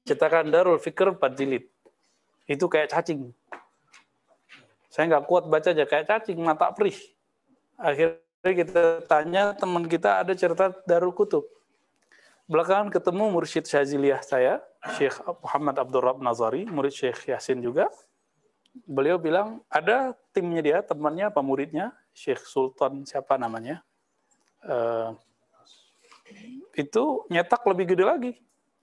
cetakan Darul Fikr 4 jilid. Itu kayak cacing. Saya nggak kuat baca aja, kayak cacing, mata perih. Akhirnya kita tanya teman kita, ada cerita Darul Kutub. Belakangan ketemu mursyid Syaziliyah saya, Syekh Muhammad Abdul Rabb Nazari, murid Syekh Yasin juga. Beliau bilang, ada timnya dia, temannya, apa muridnya, Syekh Sultan, siapa namanya, itu nyetak lebih gede lagi.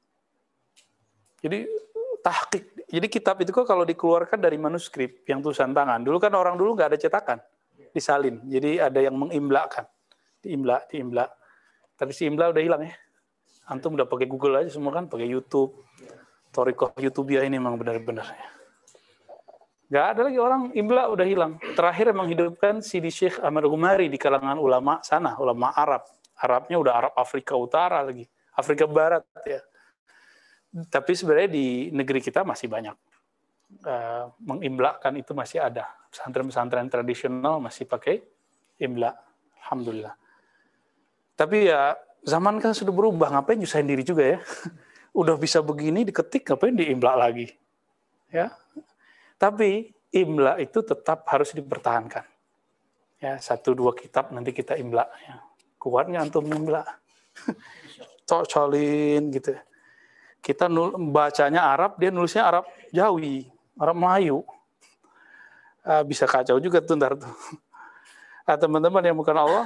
Jadi tahqiq. Jadi kitab itu kok kalau dikeluarkan dari manuskrip yang tulisan tangan. Dulu kan orang dulu nggak ada cetakan, disalin. Jadi ada yang mengimlakan, diimla. Tapi si imla udah hilang ya. Antum udah pakai Google aja semua kan, pakai YouTube. Thoriqah YouTubia ini memang benar-benar ya. Nggak ada lagi orang imla, udah hilang. Terakhir emang hidupkan Sidi Syekh Ahmad Ghumari di kalangan ulama sana, ulama Arab. Arabnya udah Arab Afrika Utara lagi, Afrika Barat ya. Tapi sebenarnya di negeri kita masih banyak mengimlakan, itu masih ada. Pesantren-pesantren tradisional masih pakai imla, alhamdulillah. Tapi ya zaman kan sudah berubah, ngapain nyusahin diri juga ya. Udah bisa begini diketik, ngapain diimla lagi ya. Tapi imla itu tetap harus dipertahankan ya. 1-2 kitab nanti kita imla ya. Kuatnya antum imla. Colin gitu. Kita bacanya Arab, dia nulisnya Arab Jawi, Arab Melayu. Bisa kacau juga tuh ntar tuh. Teman-teman yang bukan Allah,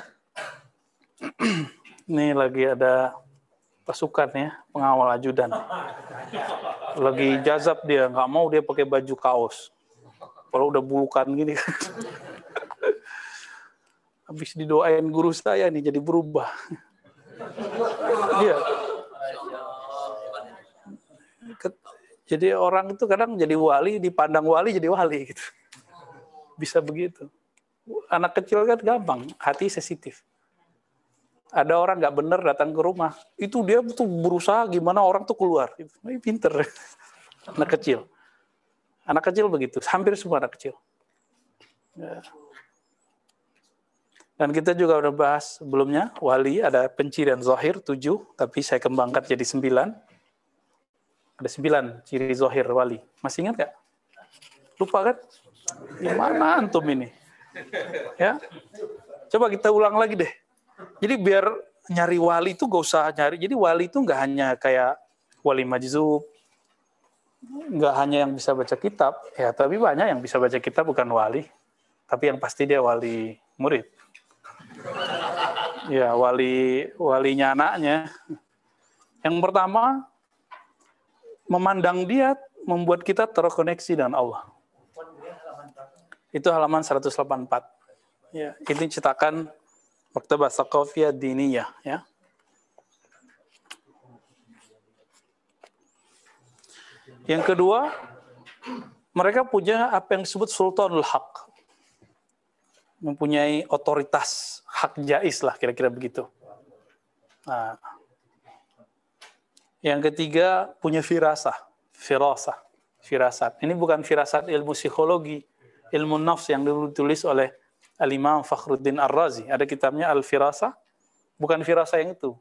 ini lagi ada pasukan ya, pengawal ajudan. Lagi jazab dia, nggak mau dia pakai baju kaos. Kalau udah bulukan gini kan. Habis didoain guru saya nih jadi berubah. Iya. Jadi orang itu kadang jadi wali, dipandang wali jadi wali gitu. Bisa begitu. Anak kecil kan gampang, hati sensitif. Ada orang nggak benar datang ke rumah, itu dia tuh berusaha gimana orang tuh keluar. Ini pinter. Anak kecil. Anak kecil begitu, hampir semua anak kecil. Ya. Dan kita juga udah bahas sebelumnya, wali ada pencirian zahir 7, tapi saya kembangkan jadi 9. Ada 9 ciri zahir wali. Masih ingat nggak? Lupa kan? Gimana antum ini? Ya, coba kita ulang lagi deh. Jadi biar nyari wali itu gak usah nyari. Jadi wali itu nggak hanya kayak wali majzub, nggak hanya yang bisa baca kitab, ya, tapi banyak yang bisa baca kitab bukan wali. Tapi yang pasti dia wali murid. Ya, walinya anaknya. Yang pertama, memandang dia membuat kita terkoneksi dengan Allah. Itu halaman 184. Ya, ini cetakan Maktabah Tsaqafiyah Diniyah ya. Yang kedua, mereka punya apa yang disebut Sultanul Haq. Mempunyai otoritas hak jais lah, kira-kira begitu. Nah, yang ketiga punya firasat. Ini bukan firasat ilmu psikologi, ilmu nafs yang ditulis oleh Al-Imam Fakhruddin Ar-Razi. Ada kitabnya Al-Firasah, bukan firasah yang itu.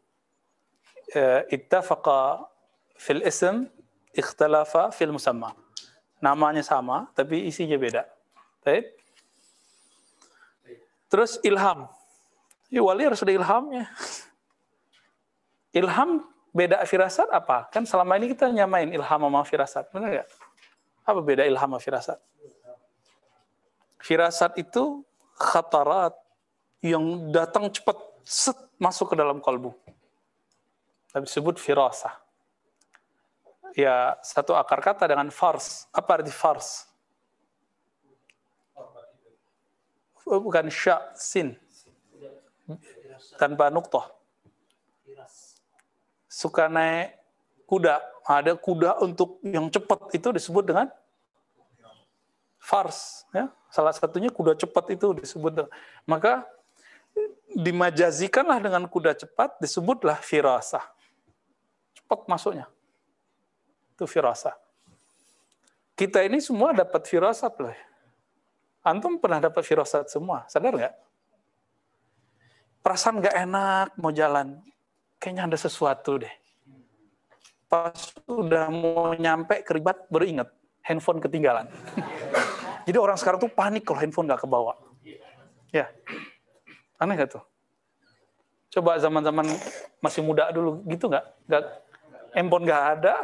Ittafaqa fil ism, ikhtalafa fil musamma. Namanya sama, tapi isinya beda. Baik. Terus ilham. Ya, wali harus ada ilhamnya. Ilham beda firasat apa? Kan selama ini kita nyamain ilham sama firasat. Benar nggak? Apa beda ilham sama firasat? Firasat itu khatarat yang datang cepat, set, masuk ke dalam kalbu. Tapi disebut firasah. Ya, satu akar kata dengan fars. Apa arti fars? Bukan sya, sin. Tanpa nuktah. Suka naik kuda. Ada kuda untuk yang cepat, itu disebut dengan fars. Ya. Salah satunya kuda cepat itu disebut. Maka dimajazikanlah dengan kuda cepat, disebutlah firasah. Cepat masuknya. Itu firasah. Kita ini semua dapat firasat loh. Antum pernah dapat firasat semua, sadar nggak? Perasaan nggak enak mau jalan, kayaknya ada sesuatu deh. pas udah mau nyampe keribat baru ingat handphone ketinggalan. Jadi orang sekarang tuh panik kalau handphone nggak kebawa. Ya, aneh gak tuh? Coba zaman-zaman masih muda dulu gitu nggak? Handphone nggak ada.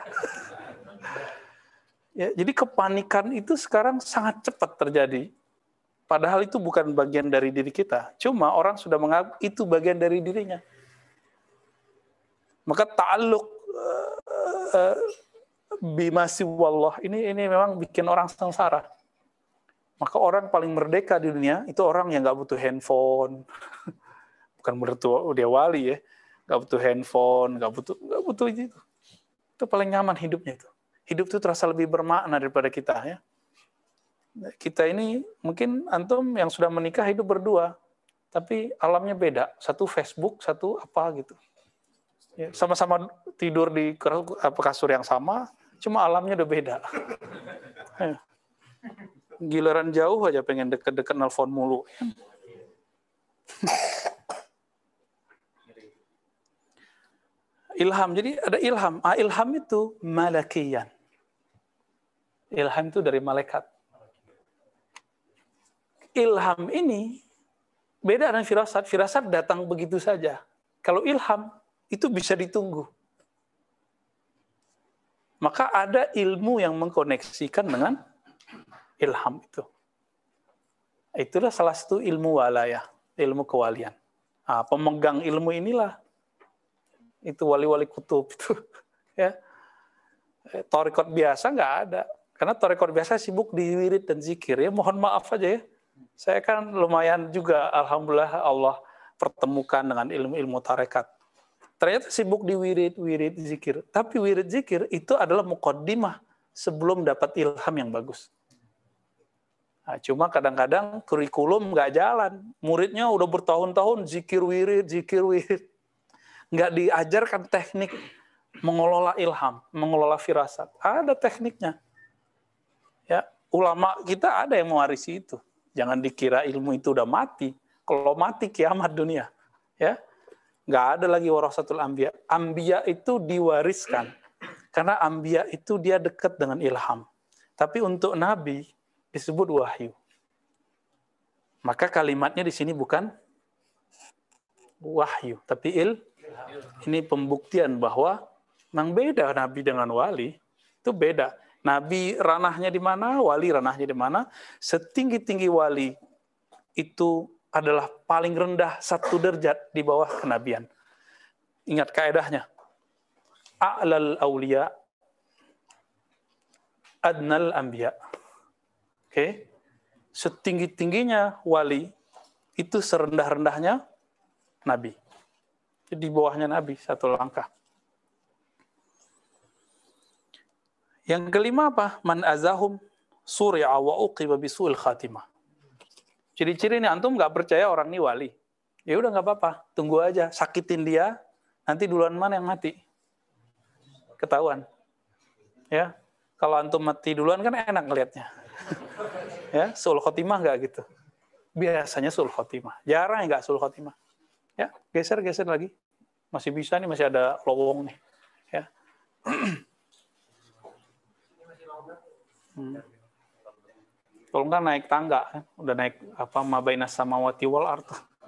Ya, jadi kepanikan itu sekarang sangat cepat terjadi. Padahal itu bukan bagian dari diri kita. Cuma orang sudah menganggap itu bagian dari dirinya. Maka ta'alluq bimasi wallah ini memang bikin orang sengsara. Maka orang paling merdeka di dunia itu orang yang nggak butuh handphone. Bukan berarti dia wali ya. Nggak butuh handphone, nggak butuh itu. Itu paling nyaman hidupnya itu. Hidup itu terasa lebih bermakna daripada kita ya. Kita ini mungkin antum yang sudah menikah hidup berdua, tapi alamnya beda. Satu Facebook, satu apa gitu. Ya, sama-sama tidur di kasur yang sama, cuma alamnya udah beda. Ya. Giliran jauh aja pengen deket-deket nelfon mulu. Ilham, jadi ada ilham. Ilham itu malakiyan. Ilham itu dari malaikat. Ilham ini beda dengan firasat. Firasat datang begitu saja. Kalau ilham, itu bisa ditunggu. Maka ada ilmu yang mengkoneksikan dengan ilham itu. Itulah salah satu ilmu walayah, ilmu kewalian. Nah, pemegang ilmu inilah, itu wali-wali kutub itu. Ya. Thariqat biasa nggak ada. Karena thariqat biasa sibuk di wirid dan zikir. Ya mohon maaf aja ya. Saya kan lumayan juga, alhamdulillah Allah pertemukan dengan ilmu-ilmu tarekat. Ternyata sibuk di wirid zikir. Tapi wirid zikir itu adalah muqaddimah sebelum dapat ilham yang bagus. Nah, cuma kadang-kadang kurikulum nggak jalan. Muridnya udah bertahun-tahun zikir wirid. Nggak diajarkan teknik mengelola ilham, mengelola firasat. Ada tekniknya. Ya, ulama kita ada yang mewarisi itu. Jangan dikira ilmu itu udah mati. Kalau mati kiamat dunia. Ya, nggak ada lagi warasatul anbiya. Anbiya itu diwariskan. Karena anbiya itu dia dekat dengan ilham. Tapi untuk nabi disebut wahyu. Maka kalimatnya di sini bukan wahyu, tapi ini pembuktian bahwa memang beda nabi dengan wali. Itu beda. Nabi ranahnya di mana, wali ranahnya di mana. Setinggi-tinggi wali itu adalah paling rendah satu derajat di bawah kenabian. Ingat kaedahnya. A'lal awliya adnal anbiya. Oke. Setinggi-tingginya wali itu serendah-rendahnya nabi. Jadi di bawahnya nabi satu langkah. Yang kelima apa? Man azahum surya wa uqiba bisu'il khatimah. Ciri-ciri ini antum nggak percaya orang ini wali. Ya udah nggak apa-apa, tunggu aja, sakitin dia, nanti duluan mana yang mati. Ketahuan. Ya. Kalau antum mati duluan kan enak ngelihatnya. Ya, su'ul khotimah nggak gitu. Biasanya su'ul khotimah. Jarang nggak su'ul khotimah. Ya, geser lagi. Masih bisa nih, masih ada lowong nih. Ya. Kalau nggak naik tangga, udah naik apa mabainas samawati wal ardh.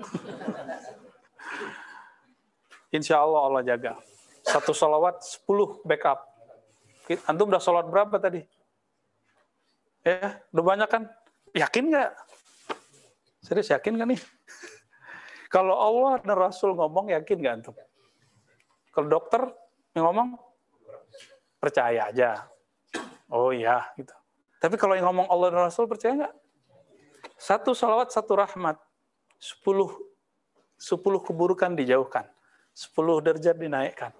Insya Allah Allah jaga. Satu sholawat 10 backup. Antum udah sholat berapa tadi? Ya, udah banyak kan? Yakin nggak? Serius yakin kan nih? Kalau Allah dan Rasul ngomong, yakin nggak antum? Kalau dokter yang ngomong, percaya aja. Oh iya, gitu. Tapi kalau yang ngomong Allah dan Rasul, percaya nggak? Satu salawat, satu rahmat. 10 keburukan dijauhkan. 10 derajat dinaikkan.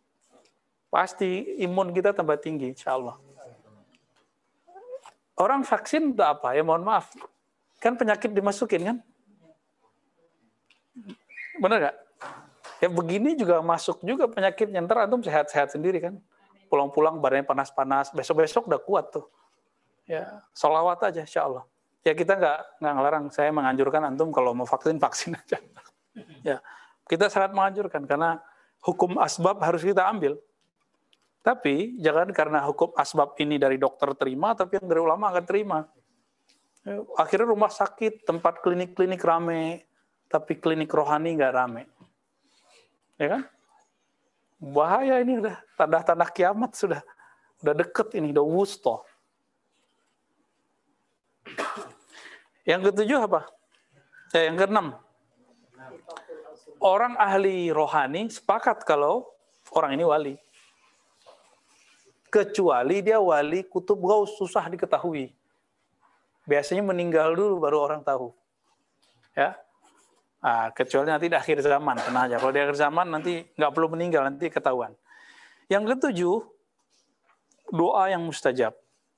Pasti imun kita tambah tinggi, insya Allah. Orang vaksin itu apa? Ya mohon maaf. Kan penyakit dimasukin kan? Benar nggak? Ya begini juga masuk juga penyakitnya. Ntar antum sehat-sehat sendiri kan? Pulang-pulang badannya panas-panas. Besok-besok udah kuat tuh. Ya, sholawat aja insya Allah. Ya kita nggak ngelarang. Saya menganjurkan antum kalau mau vaksin aja. Ya, kita sangat menganjurkan karena hukum asbab harus kita ambil. Tapi jangan karena hukum asbab ini dari dokter terima, tapi yang dari ulama akan terima. Akhirnya rumah sakit, tempat klinik-klinik rame, tapi klinik rohani nggak rame. Ya kan? Bahaya ini udah tanda-tanda kiamat sudah deket ini, udah wusta. Yang ketujuh apa? Yang keenam. Orang ahli rohani sepakat kalau orang ini wali. Kecuali dia wali kutub gaus, susah diketahui. Biasanya meninggal dulu baru orang tahu. Ya. Kecuali nanti di akhir zaman, tenang aja. Kalau di akhir zaman nanti nggak perlu meninggal, nanti ketahuan. Yang ketujuh, doa yang mustajab.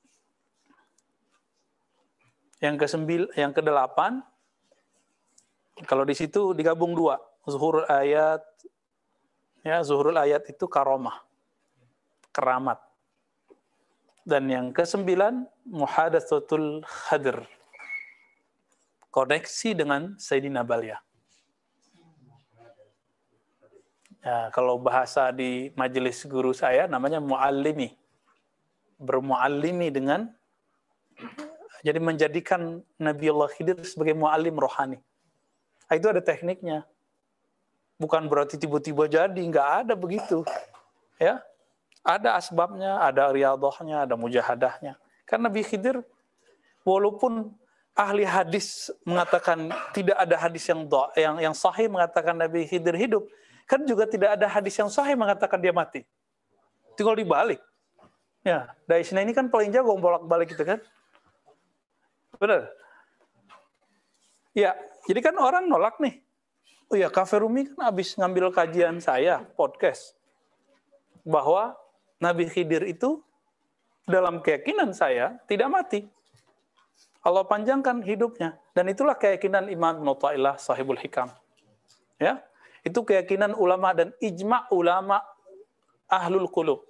Yang kedelapan, kalau di situ digabung dua, zuhurul ayat. Ya, zuhurul ayat itu karomah, keramat. Dan yang kesembilan, muhadatsatul khadr, koneksi dengan Sayyidina Balya. Ya, kalau bahasa di majelis guru saya namanya muallimi, bermuallimi dengan, jadi menjadikan Nabiullah Khidir sebagai muallim rohani. Itu ada tekniknya. Bukan berarti tiba-tiba jadi, nggak ada begitu. Ya, ada asbabnya, ada riyadhahnya, ada mujahadahnya. Karena Nabi Khidir, walaupun ahli hadis mengatakan tidak ada hadis yang sahih mengatakan Nabi Khidir hidup, kan juga tidak ada hadis yang sahih mengatakan dia mati. Tinggal dibalik. Ya, Daisna ini kan paling jago bolak-balik gitu kan. Benar? Ya, jadi kan orang nolak nih. Oh ya, Cafe Rumi kan habis ngambil kajian saya, podcast, bahwa Nabi Khidir itu dalam keyakinan saya tidak mati. Allah panjangkan hidupnya. Dan itulah keyakinan Imam Ibnu Athaillah Sahibul Hikam. Ya, itu keyakinan ulama dan ijma' ulama ahlul qulub.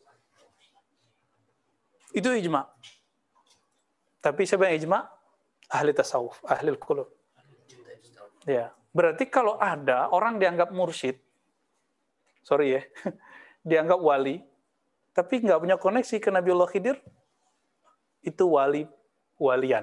Itu ijma'. Tapi siapa yang ijma'? Ahli tasawuf, ahli qulub. Ya, berarti kalau ada orang dianggap mursyid, sorry ya, dianggap wali, tapi nggak punya koneksi ke Nabiullah Khidir, itu walian.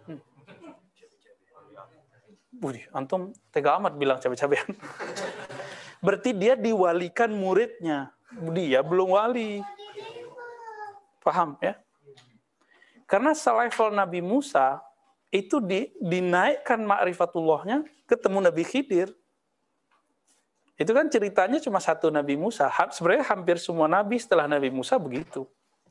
Antum tega amat bilang cabe-cabean. Berarti dia diwalikan muridnya, dia belum wali. Paham ya? Karena selevel Nabi Musa itu dinaikkan ma'rifatullahnya ketemu Nabi Khidir. Itu kan ceritanya cuma satu Nabi Musa. Sebenarnya hampir semua Nabi setelah Nabi Musa begitu.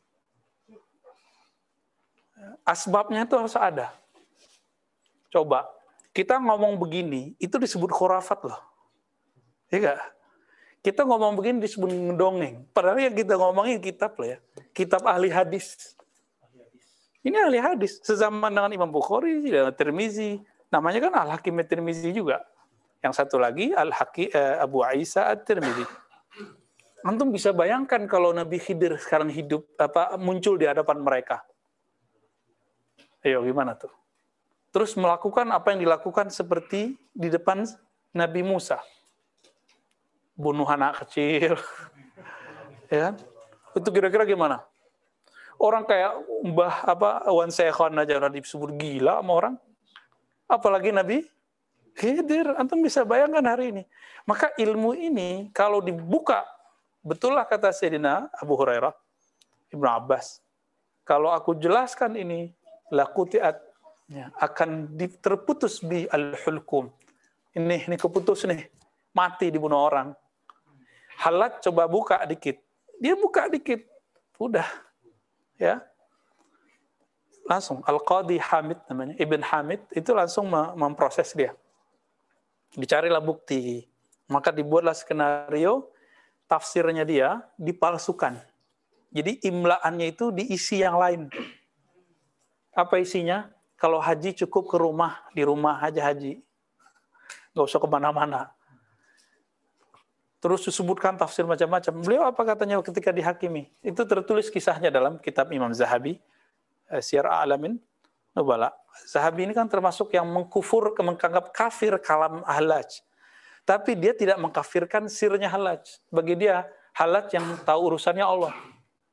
Asbabnya itu harus ada. Coba, kita ngomong begini, itu disebut khurafat loh. Iya nggak? Kita ngomong begini disebut ngedongeng. Padahal yang kita ngomongin kitab loh ya. Kitab ahli hadis. Ini ahli hadis. Sezaman dengan Imam Bukhari, dengan Tirmizi. Namanya kan Al-Hakim Tirmizi juga. Yang satu lagi Al-Hakim Abu Isa At-Tirmizi. Antum bisa bayangkan kalau Nabi Khidir sekarang hidup, muncul di hadapan mereka. Ayo gimana tuh? Terus melakukan apa yang dilakukan seperti di depan Nabi Musa. Bunuh anak kecil. Ya kan? Itu kira-kira gimana? Orang kayak Wan Sekhan aja disebut gila sama orang. Apalagi Nabi Khidir. Antum bisa bayangkan hari ini. Maka ilmu ini kalau dibuka, betullah kata Sayyidina Abu Hurairah, Ibnu Abbas, kalau aku jelaskan ini, laqutiat, ya, akan terputus bi al-hulkum. Ini keputus nih. Mati dibunuh orang. Halat coba buka dikit. Dia buka dikit. Udah. Ya, langsung Al-Qadhi Hamid namanya, Ibn Hamid itu langsung memproses dia. Dicarilah bukti, maka dibuatlah skenario tafsirnya dia dipalsukan. Jadi imlaannya itu diisi yang lain. Apa isinya? Kalau haji cukup ke rumah, di rumah aja haji, nggak usah kemana-mana. Terus disebutkan tafsir macam-macam. Beliau apa katanya ketika dihakimi? Itu tertulis kisahnya dalam kitab Imam Zahabi, Syiar A'lamin Nubala. Zahabi ini kan termasuk yang menganggap kafir kalam Hallaj. Tapi dia tidak mengkafirkan sirnya Hallaj. Bagi dia, Hallaj yang tahu urusannya Allah.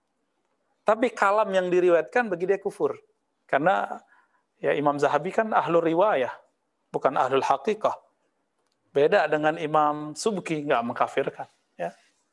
Tapi kalam yang diriwayatkan bagi dia kufur. Karena ya Imam Zahabi kan ahlul riwayah, bukan ahlul haqiqah. Beda dengan Imam Subki, nggak mengkafirkan. Ya,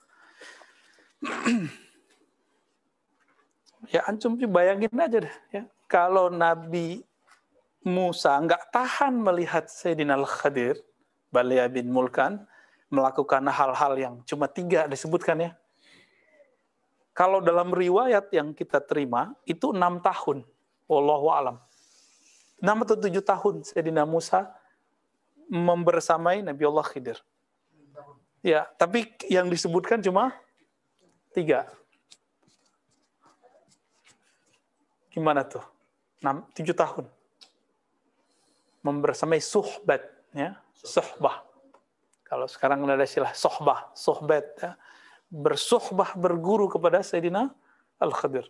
ya antum bayangin aja deh. Ya. Kalau Nabi Musa nggak tahan melihat Sayyidina Al-Khadir, Balya bin Mulkan, melakukan hal-hal yang cuma 3 disebutkan ya. Kalau dalam riwayat yang kita terima, itu 6 tahun. Wallahu a'lam. 6 atau 7 tahun Sayyidina Musa membersamai Nabi Allah Khidir. Ya, tapi yang disebutkan cuma 3. Gimana tuh? 7 tahun. Membersamai suhbat. Ya, suhbah. Kalau sekarang ada istilah sohbah, sohbat. Ya. Bersuhbah, berguru kepada Sayyidina Al-Khadir.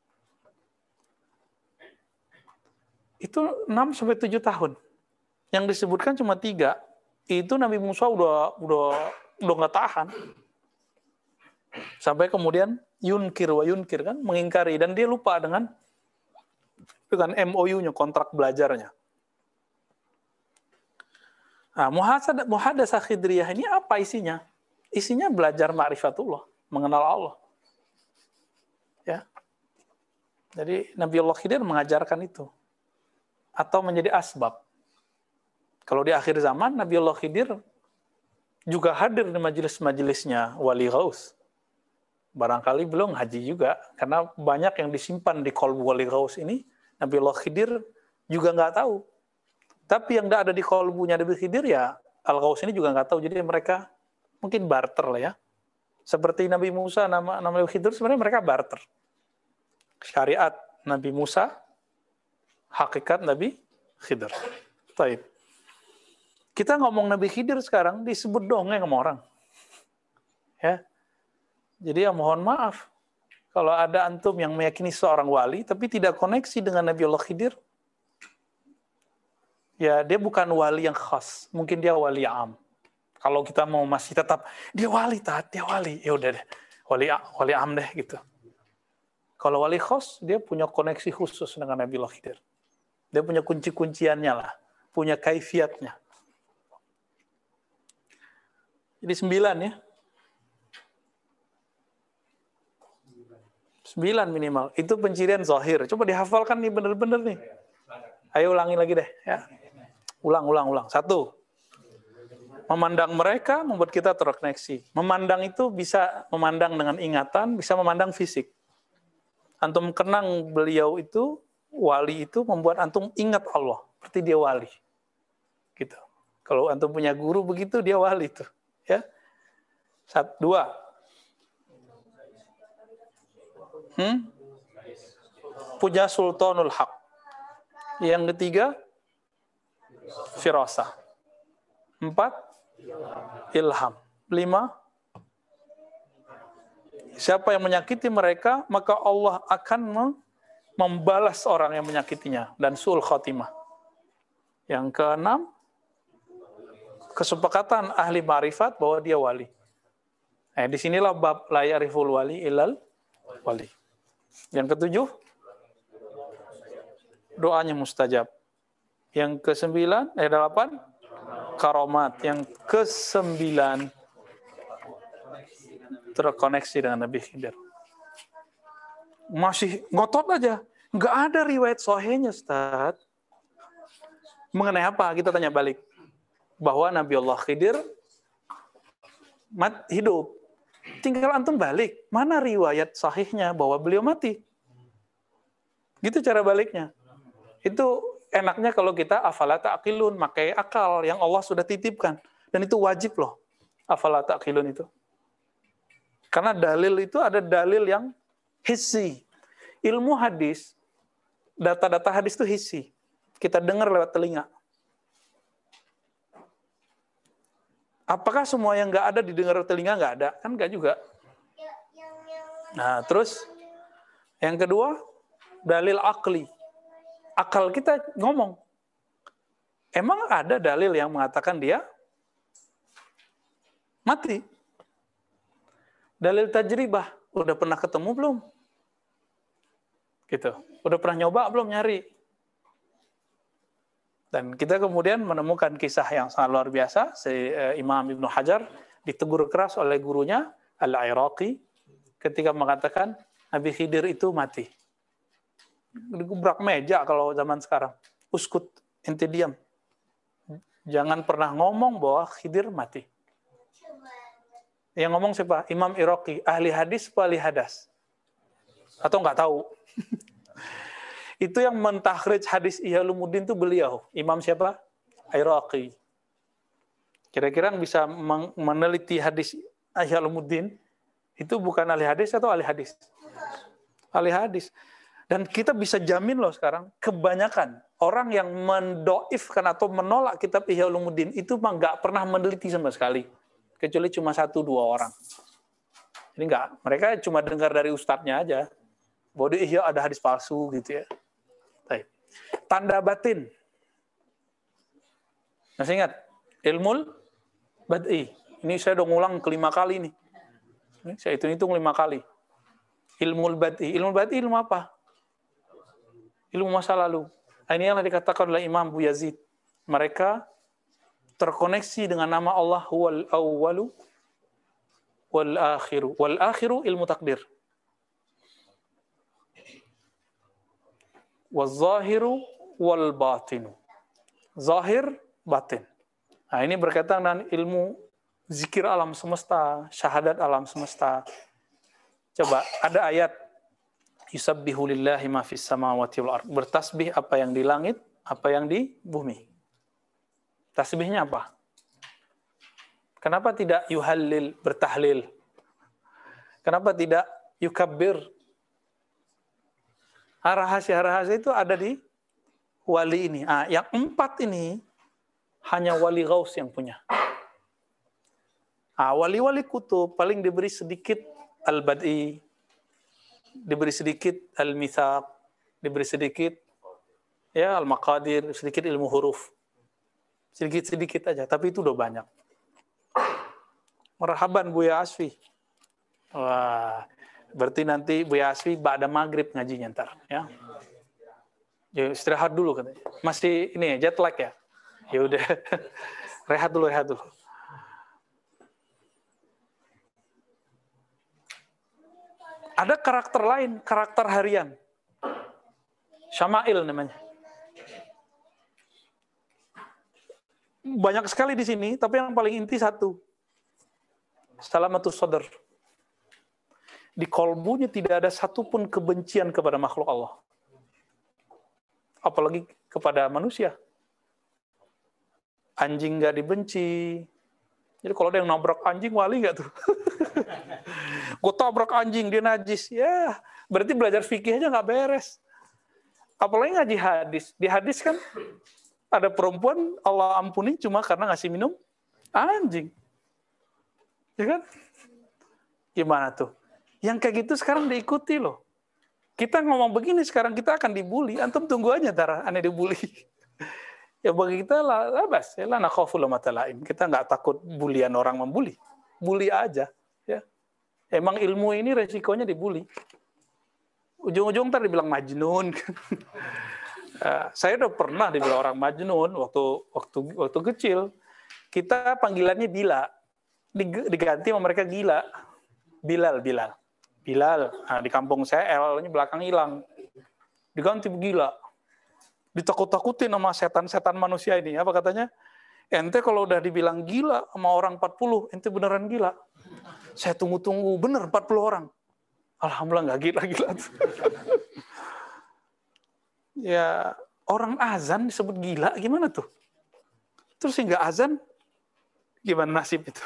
Itu 6-7 tahun. Yang disebutkan cuma 3. Itu Nabi Musa udah nggak tahan. Sampai kemudian yunkir kan, mengingkari, dan dia lupa dengan MOU-nya, kontrak belajarnya. Nah, muhadasah khidriyah ini apa isinya? Isinya belajar ma'rifatullah, mengenal Allah. Ya. Jadi Nabi Allah Khidir mengajarkan itu. Atau menjadi asbab. Kalau di akhir zaman, Nabi Allah Khidir juga hadir di majelis-majelisnya Wali Ghaus. Barangkali belum haji juga, karena banyak yang disimpan di qalbu Wali Ghaus ini, Nabi Allah Khidir juga nggak tahu. Tapi yang nggak ada di qalbunya Nabi Khidir, ya Al-Ghaus ini juga nggak tahu. Jadi mereka mungkin barter lah ya. Seperti Nabi Musa, nama Nabi Khidir, sebenarnya mereka barter. Syariat Nabi Musa, hakikat Nabi Khidir. Taib. Kita ngomong Nabi Khidir sekarang disebut dongeng sama orang. Ya. Jadi ya mohon maaf. Kalau ada antum yang meyakini seorang wali, tapi tidak koneksi dengan Nabi Allah Khidir, ya dia bukan wali yang khas. Mungkin dia wali am. Kalau kita mau masih tetap, dia wali, dia wali. Ya udah deh, wali am deh gitu. Kalau wali khas, dia punya koneksi khusus dengan Nabi Allah Khidir. Dia punya kunci-kunciannya lah. Punya kaifiatnya. Jadi 9 ya. 9 minimal. Itu pencirian zahir. Coba dihafalkan nih bener-bener nih. Ayo ulangi lagi deh. Ya. Ulang. 1. Memandang mereka membuat kita terkoneksi. Memandang itu bisa memandang dengan ingatan, bisa memandang fisik. Antum kenang beliau itu, wali itu membuat antum ingat Allah. Seperti dia wali. Gitu. Kalau antum punya guru begitu, dia wali itu. Ya. 2. Punya sultanul haq. Yang ketiga, firasah. 4, ilham. 5, siapa yang menyakiti mereka, maka Allah akan membalas orang yang menyakitinya. Dan su'ul khatimah. Yang ke-6, kesepakatan ahli ma'rifat bahwa dia wali. Disinilah bab la ya'riful wali ilal wali. Yang ke-7, doanya mustajab. Yang ke-9, 8, karomat. Yang ke-9, terkoneksi dengan Nabi Khidir. Masih ngotot aja. Nggak ada riwayat sahihnya, Ustaz. Mengenai apa? Kita tanya balik. Bahwa Nabi Allah Khidir hidup. Tinggal antum balik. Mana riwayat sahihnya bahwa beliau mati? Gitu cara baliknya. Itu enaknya kalau kita afala ta'qilun, pakai akal yang Allah sudah titipkan. Dan itu wajib loh. Afala ta'qilun itu. Karena dalil itu ada dalil yang hissi. Ilmu hadis, data-data hadis itu hissi. Kita dengar lewat telinga. Apakah semua yang nggak ada didengar telinga nggak ada? Kan nggak juga. Nah, terus yang kedua, dalil akli. Akal kita ngomong. Emang ada dalil yang mengatakan dia mati? Dalil tajribah. Udah pernah ketemu belum? Gitu. Udah pernah nyoba belum nyari? Dan kita kemudian menemukan kisah yang sangat luar biasa. Imam Ibnu Hajar ditegur keras oleh gurunya Al-Iraqi ketika mengatakan Nabi Khidir itu mati. Digubrak meja kalau zaman sekarang. Uskut, ente diam. Jangan pernah ngomong bahwa Khidir mati. Yang ngomong siapa? Imam Iraqi, ahli hadis atau ahli hadas? Atau nggak tahu? Itu yang mentakhrij hadis Ihya Ulumuddin itu beliau. Imam siapa? Iraqi. Kira-kira yang bisa meneliti hadis Ihya Ulumuddin itu bukan ahli hadis atau ahli hadis? Ahli hadis. Dan kita bisa jamin loh sekarang, kebanyakan orang yang mendoifkan atau menolak kitab Ihya Ulumuddin itu mah nggak pernah meneliti sama sekali. Kecuali cuma 1-2 orang. Jadi nggak, mereka cuma dengar dari ustadznya aja. Bahwa di Ihya ada hadis palsu gitu ya. Baik. Tanda batin. Masih ingat? Ilmul bad'i. Ini saya udah ngulang ke-5 kali nih. Saya hitung 5 kali. Ilmul bad'i. Ilmul bad'i ilmu apa? Ilmu masa lalu. Ini yang dikatakan oleh Imam Bu Yazid. Mereka terkoneksi dengan nama Allah wal awwalu wal akhiru. Wal akhiru ilmu takdir. Wal zahiru wal batinu. Zahir, batin. Nah, ini berkaitan dengan ilmu zikir alam semesta, syahadat alam semesta. Coba, ada ayat yusabbihu lillahi ma fis samawati wal ardh. Bertasbih apa yang di langit, apa yang di bumi. Tasbihnya apa? Kenapa tidak yuhallil, bertahlil? Kenapa tidak yukabbir? Rahasia-rahasia itu ada di wali ini. Yang 4 ini hanya wali Ghaus yang punya. Wali-wali kutub paling diberi sedikit al-bad'i, diberi sedikit al-mitsaq, diberi sedikit ya al-maqadir, sedikit ilmu huruf. Sedikit-sedikit aja, tapi itu udah banyak. Marhaban Buya Asfi. Wah, berarti nanti Buya Asfi ba'da maghrib ngajinya ntar, ya. Ya istirahat dulu katanya. Masih ini jet lag ya? Ya udah. Rehat dulu. Ada karakter lain, karakter harian. Syama'il namanya. Banyak sekali di sini, tapi yang paling inti 1. Salamatus sadr. Di kolbunya tidak ada satupun kebencian kepada makhluk Allah. Apalagi kepada manusia. Anjing nggak dibenci. Jadi kalau ada yang nabrak anjing, wali nggak tuh? Gue tabrak anjing, dia najis. Ya, berarti belajar fikih aja nggak beres. Apalagi ngaji hadis. Di hadis kan ada perempuan Allah ampuni cuma karena ngasih minum anjing. Ya kan? Gimana tuh? Yang kayak gitu sekarang diikuti loh. Kita ngomong begini sekarang kita akan dibully. Antum tunggu aja ntar aneh dibully. Ya bagi kita labas. Ya lah nakhafu lamata laim. Kita nggak takut bulian orang membuli. Bully aja. Ya. Emang ilmu ini resikonya dibully. Ujung-ujung ntar dibilang majnun. Saya udah pernah dibilang orang majnun waktu kecil. Kita panggilannya Bila. Diganti sama mereka gila. Bilal. Nah, di kampung saya L-nya belakang hilang. Diganti gila. Ditakut-takutin sama setan-setan manusia ini. Apa katanya? Ente kalau udah dibilang gila sama orang 40, ente beneran gila. Saya tunggu-tunggu, bener 40 orang. Alhamdulillah nggak gila-gila. Ya, orang azan disebut gila, gimana tuh? Terus nggak azan, gimana nasib itu?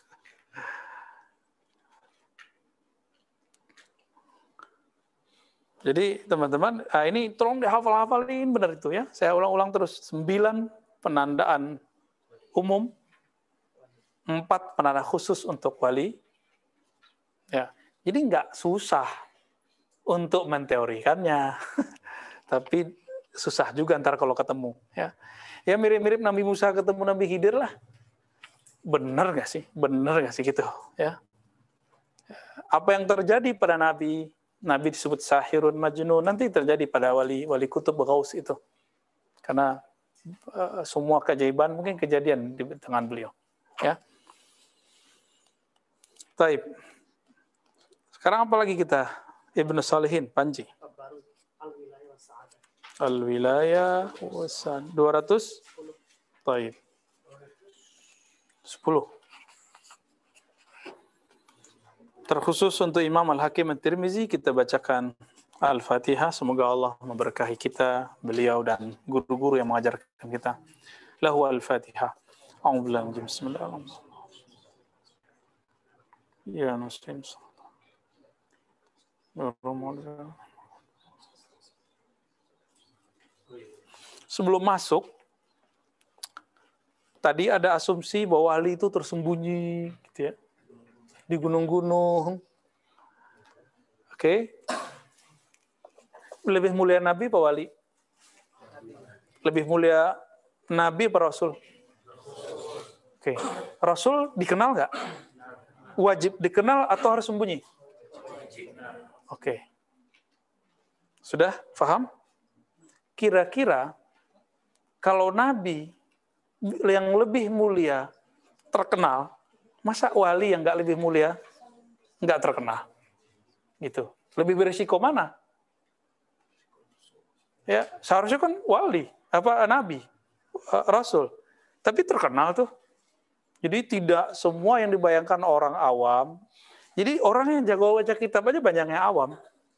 Jadi teman-teman, ini tolong dihafal-hafalin benar itu ya. Saya ulang-ulang terus. 9 penandaan umum, 4 penanda khusus untuk wali. Ya, jadi nggak susah untuk menteorikannya, tapi susah juga ntar kalau ketemu. Ya, ya mirip-mirip Nabi Musa ketemu Nabi Khidir lah. Benar nggak sih? Benar nggak sih gitu? Ya. Apa yang terjadi pada Nabi Nabi disebut sahirun majnun, nanti terjadi pada wali kutub Ghaus itu. Karena semua keajaiban mungkin kejadian di tangan beliau. Ya. Taib. Sekarang apa lagi kita? Ibnu Salihin, Panji. Al-wilayah wasan 200. Taib. 10. Terkhusus untuk Imam Al-Hakim At-Tirmizi kita bacakan Al-Fatihah. Semoga Allah memberkahi kita, beliau dan guru-guru yang mengajarkan kita. Lahu Al-Fatihah. A'udzubillahi bismillahirrahmanirrahim. Ya muslim. Sebelum masuk, tadi ada asumsi bahwa wali itu tersembunyi, gitu ya, di gunung-gunung. Oke. Lebih mulia Nabi apa wali? Lebih mulia Nabi apa Rasul? Oke. Rasul dikenal nggak? Wajib dikenal atau harus sembunyi? Oke. Sudah paham? Kira-kira kalau Nabi yang lebih mulia terkenal, masa wali yang nggak lebih mulia nggak terkenal? Gitu. Lebih berisiko mana? Ya, seharusnya kan wali, nabi, rasul. Tapi terkenal tuh. Jadi tidak semua yang dibayangkan orang awam. Jadi orang yang jago baca kitab aja banyak yang awam.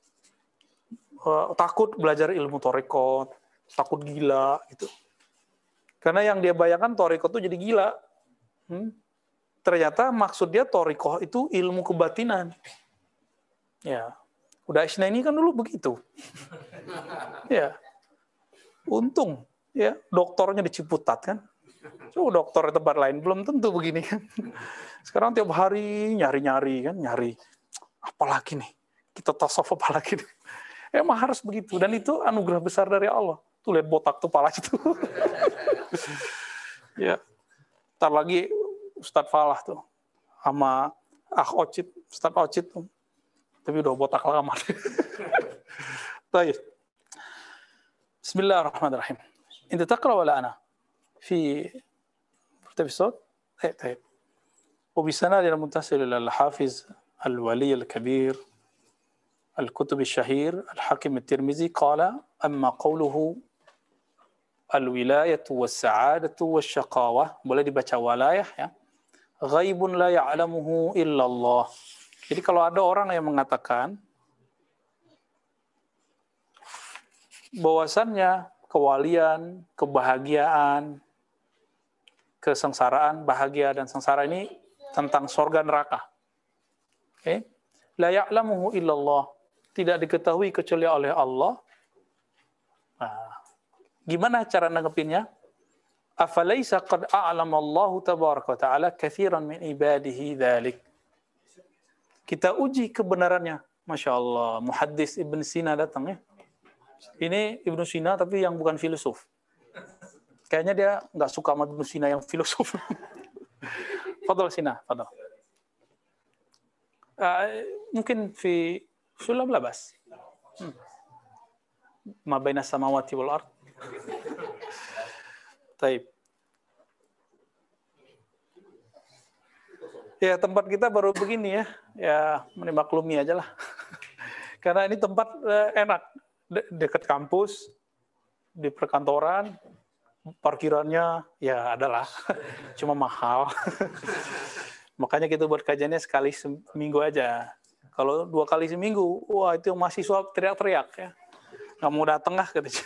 Takut belajar ilmu thariqat, takut gila gitu. Karena yang dia bayangkan thariqat itu jadi gila. Ternyata maksud dia thariqat itu ilmu kebatinan. Ya. Udah Isnaini kan dulu begitu. Ya. Untung ya doktornya di Ciputat kan. Dokter di tempat lain belum tentu begini kan. Sekarang tiap hari nyari kan, apalagi nih? Kita tasawuf apalagi nih? Emang harus begitu dan itu anugerah besar dari Allah. Tuh lihat botak tuh pala itu. Ya. Ntar lagi Ustadz Falah tuh sama Ustadz Ocit tuh. Tapi udah botak lama. Baik. Bismillahirrahmanirrahim. Inta taqra wala ana fi episode. Baik. وبسند المتصل إلى الحافظ الولي الكبير الكتب الشهير الحاكم الترمذي قال أما قوله الولاية والسعادة والشقاوة boleh dibaca walayah ya. Ghaibun la ya'lamuhu illallah. Jadi kalau ada orang yang mengatakan bahwasannya kewalian, kebahagiaan, kesengsaraan, bahagia dan sengsara ini tentang surga neraka. Oke. La ya'lamuhu illallah. Tidak diketahui kecuali oleh Allah. Nah, gimana cara nanggepinnya? Afalaisa qad a'lama Allah tabaraka wa ta'ala katsiran min ibadihi dzalik. Kita uji kebenarannya. Masya Allah, muhaddis Ibn Sina datang ya. Ini Ibn Sina tapi yang bukan filosof. Kayaknya dia nggak suka sama Ibn Sina yang filosof. Fadal Sina, fadal. Mungkin fi sulam labas. Ma baina samawati wal ard. Taib. Ya tempat kita baru begini ya. Ya menimaklumi aja lah. Karena ini tempat enak. Dekat kampus, di perkantoran, parkirannya ya adalah cuma mahal. Makanya kita buat kajiannya sekali seminggu aja. Kalau 2 kali seminggu, wah itu mahasiswa teriak-teriak ya. Nggak mau datang lah katanya.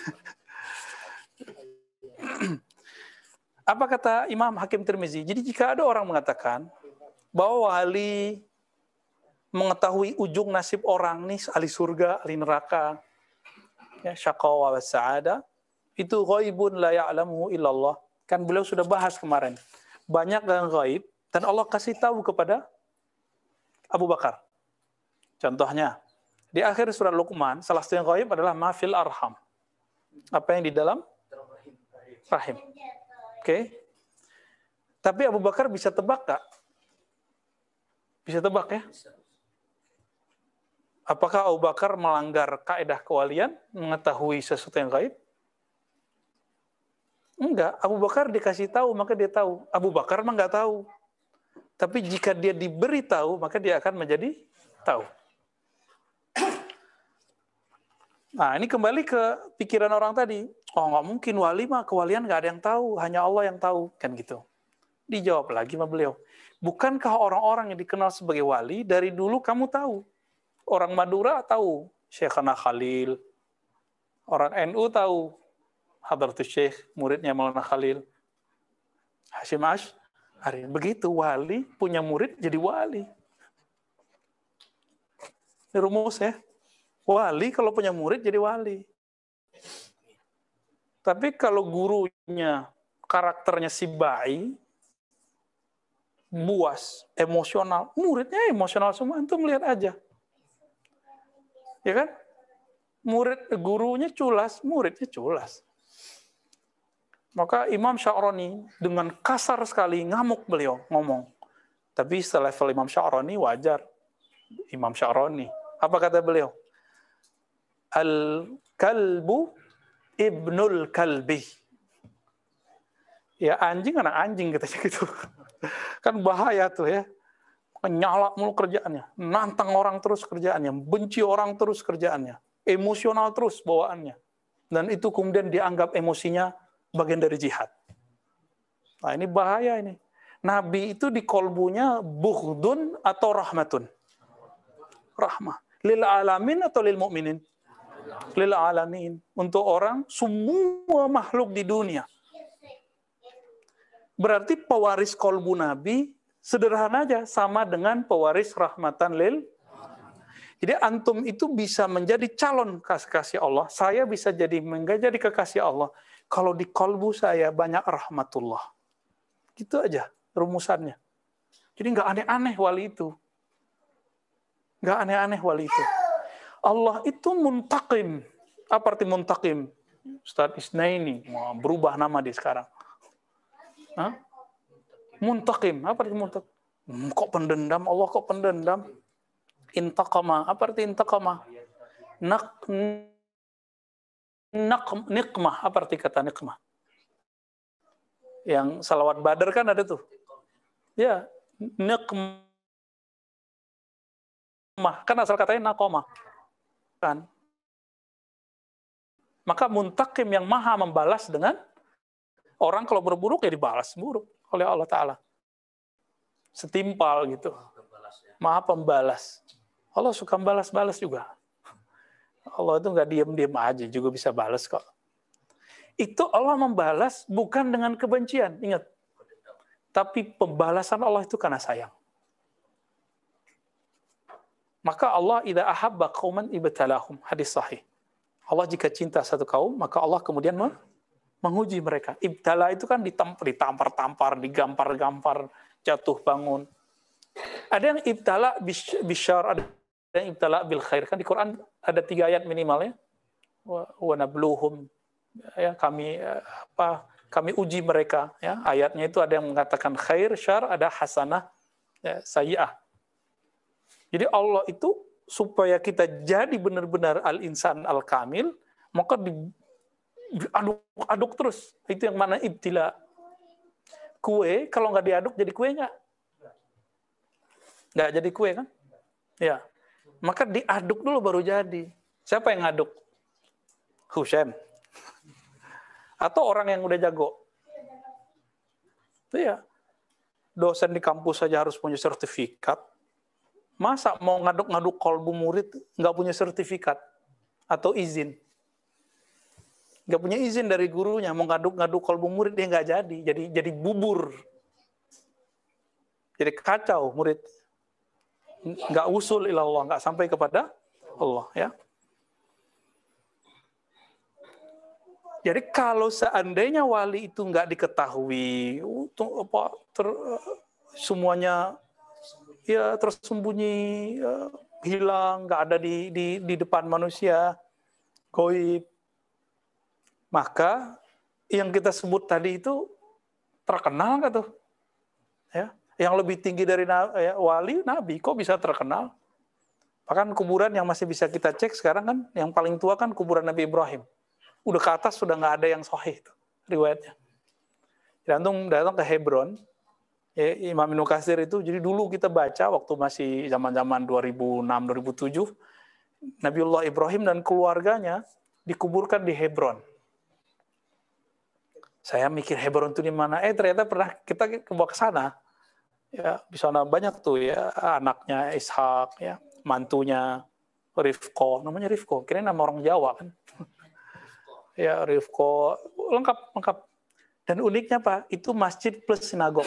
Apa kata Imam Hakim Tirmizi? Jadi jika ada orang mengatakan bahwa wali mengetahui ujung nasib orang nih, ahli surga, ahli neraka, ya, syaqawa wa sa'ada, itu ghaibun la ya'lamuhu illallah. Kan beliau sudah bahas kemarin. Banyak yang ghaib dan Allah kasih tahu kepada Abu Bakar. Contohnya, di akhir surat Luqman, salah satu yang ghaib adalah ma fil arham. Apa yang di dalam rahim. Oke. Tapi Abu Bakar bisa tebak tak? Bisa tebak ya? Apakah Abu Bakar melanggar kaidah kewalian, mengetahui sesuatu yang gaib? Enggak, Abu Bakar dikasih tahu, maka dia tahu. Abu Bakar mah nggak tahu. Tapi jika dia diberi tahu, maka dia akan menjadi tahu. Nah, ini kembali ke pikiran orang tadi. Oh, nggak mungkin, wali mah kewalian nggak ada yang tahu, hanya Allah yang tahu, kan gitu. Dijawab lagi sama beliau, bukankah orang-orang yang dikenal sebagai wali dari dulu kamu tahu? Orang Madura tahu Syekhana Khalil, orang NU tahu Hadratus Syekh, muridnya Maulana Khalil, Hashim Ash'ari. Begitu, wali punya murid jadi wali. Ini rumus ya. Wali kalau punya murid jadi wali. Tapi kalau gurunya karakternya si bayi, buas, emosional, muridnya emosional semua, itu melihat aja. Ya kan? Gurunya culas, muridnya culas. Maka Imam Sya'rani dengan kasar sekali ngamuk beliau ngomong. Tapi selevel Imam Sya'rani wajar. Imam Sya'rani. Apa kata beliau? Al-kalbu ibnul kalbi. Ya anjing anak anjing katanya gitu. Kan bahaya tuh ya. Nyala mulu kerjaannya. Nantang orang terus kerjaannya. Benci orang terus kerjaannya. Emosional terus bawaannya. Dan itu kemudian dianggap emosinya bagian dari jihad. Nah ini bahaya ini. Nabi itu di kolbunya bughdun atau rahmatun? Rahmah. Lil alamin atau lil mu'minin? Lil alamin. Untuk orang, semua makhluk di dunia. Berarti pewaris kolbu Nabi sederhana aja, sama dengan pewaris rahmatan lil. Jadi antum itu bisa menjadi calon kekasih Allah. Saya bisa menjadi kekasih Allah. Kalau di kolbu saya banyak rahmatullah. Gitu aja rumusannya. Jadi nggak aneh-aneh wali itu. Nggak aneh-aneh wali itu. Allah itu muntaqim. Apa arti muntaqim? Ustaz Isnaini, berubah nama dia sekarang. Hah? Muntaqim. Apa arti muntaqim? Kok pendendam? Allah kok pendendam? Intaqama. Apa arti intaqama? Nikmah. Apa arti kata nikmah? Yang salawat Badar kan ada tuh. Ya, nikmah. Kan asal katanya naqamah. Kan? Maka muntakim yang maha membalas dengan orang kalau berburuk ya dibalas buruk oleh Allah Ta'ala. Setimpal gitu. Maha pembalas. Allah suka balas-balas juga. Allah itu nggak diem-diem aja, juga bisa balas kok. Itu Allah membalas bukan dengan kebencian, ingat. Tapi pembalasan Allah itu karena sayang. Maka Allah idza ahabba qauman ibtalahum, hadis sahih. Allah jika cinta satu kaum, maka Allah kemudian menguji mereka. Ibtala itu kan ditampar-tampar, digampar-gampar, jatuh bangun. Ada yang ibtala bisyar, ada yang ibtala bil khair. Kan di Quran ada 3 ayat minimal ya. Wa nabluhum, ya, kami uji mereka, ya. Ayatnya itu ada yang mengatakan khair, syar, ada hasanah, ya, sayyi'ah. Jadi Allah itu supaya kita jadi benar-benar al-insan al-kamil, maka diaduk terus. Itu yang mana ibtila. Kue kalau nggak diaduk jadi kue nggak? Nggak jadi kue kan? Ya. Maka diaduk dulu baru jadi. Siapa yang ngaduk? Husain. Atau orang yang udah jago? Itu ya. Dosen di kampus saja harus punya sertifikat. Masa mau ngaduk-ngaduk kolbu murid nggak punya sertifikat atau izin? Nggak punya izin dari gurunya, mau ngaduk-ngaduk kolbu murid dia nggak jadi bubur. Jadi kacau murid. Nggak usul ila Allah, nggak sampai kepada Allah, ya. Jadi kalau seandainya wali itu nggak diketahui, semuanya ya tersembunyi, hilang, nggak ada di depan manusia, goib, maka yang kita sebut tadi itu terkenal nggak tuh? Ya, yang lebih tinggi dari wali, nabi, kok bisa terkenal? Bahkan kuburan yang masih bisa kita cek sekarang kan, yang paling tua kan kuburan Nabi Ibrahim. Udah ke atas sudah nggak ada yang sahih itu riwayatnya. Dan antum datang ke Hebron, ya, Imam Ibnu Katsir itu, jadi dulu kita baca waktu masih zaman-zaman 2006-2007, Nabiullah Ibrahim dan keluarganya dikuburkan di Hebron. Saya mikir Hebron itu di mana? Ternyata pernah kita bawa ke sana. Ya, di sana banyak tuh ya, anaknya Ishak, ya, mantunya Rifko, namanya Rifko, kira nama orang Jawa kan. Ya, Rifko, lengkap. Dan uniknya Pak, itu masjid plus sinagog.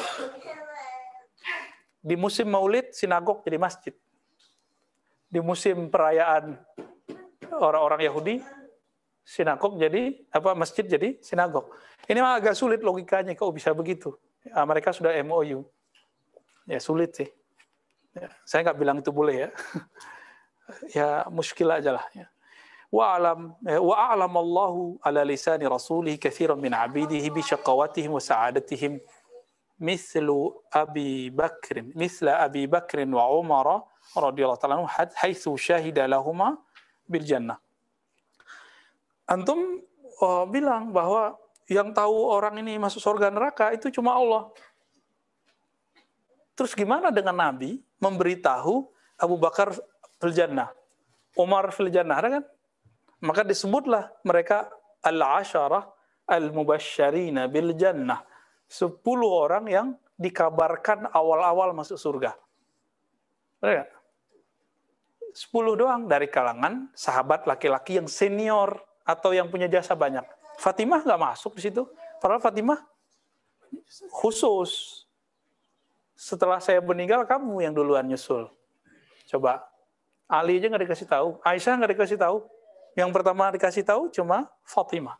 Di musim Maulid, sinagog jadi masjid. Di musim perayaan orang-orang Yahudi, sinagog jadi masjid jadi sinagog. Ini mah agak sulit logikanya, kok bisa begitu. Ya, mereka sudah MOU. Ya sulit sih. Ya, saya nggak bilang itu boleh ya. Ya muskil aja lah. Ya. Wa a'lam Allahu ala lisani rasulih katsiran min 'abidihi bi syaqawatihim wa sa'adatihim misla Abi Bakr wa Umar radhiyallahu ta'ala anhu haitsu syahida lahumā bil jannah. Antum bilang bahwa yang tahu orang ini masuk surga neraka itu cuma Allah. Terus gimana dengan Nabi memberitahu Abu Bakar fil jannah, Umar fil jannah, kan? Maka disebutlah mereka al-asyarah al-mubasysyirina bil jannah. 10 orang yang dikabarkan awal-awal masuk surga. Benar gak? 10 doang dari kalangan sahabat laki-laki yang senior atau yang punya jasa banyak. Fatimah nggak masuk di situ. Padahal Fatimah khusus. Setelah saya meninggal, kamu yang duluan nyusul. Coba. Ali aja nggak dikasih tahu. Aisyah nggak dikasih tahu. Yang pertama dikasih tahu cuma Fatimah.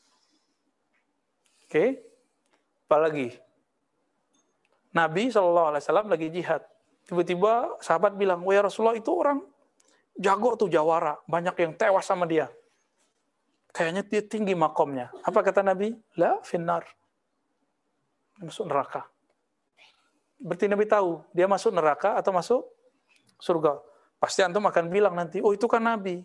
Oke. Apalagi? Nabi SAW lagi jihad. Tiba-tiba sahabat bilang, wah ya Rasulullah, itu orang jago tuh jawara. Banyak yang tewas sama dia. Kayaknya dia tinggi makomnya. Apa kata Nabi? La finnar. Masuk neraka. Berarti Nabi tahu dia masuk neraka atau masuk surga. Pasti antum akan bilang nanti, oh itu kan Nabi.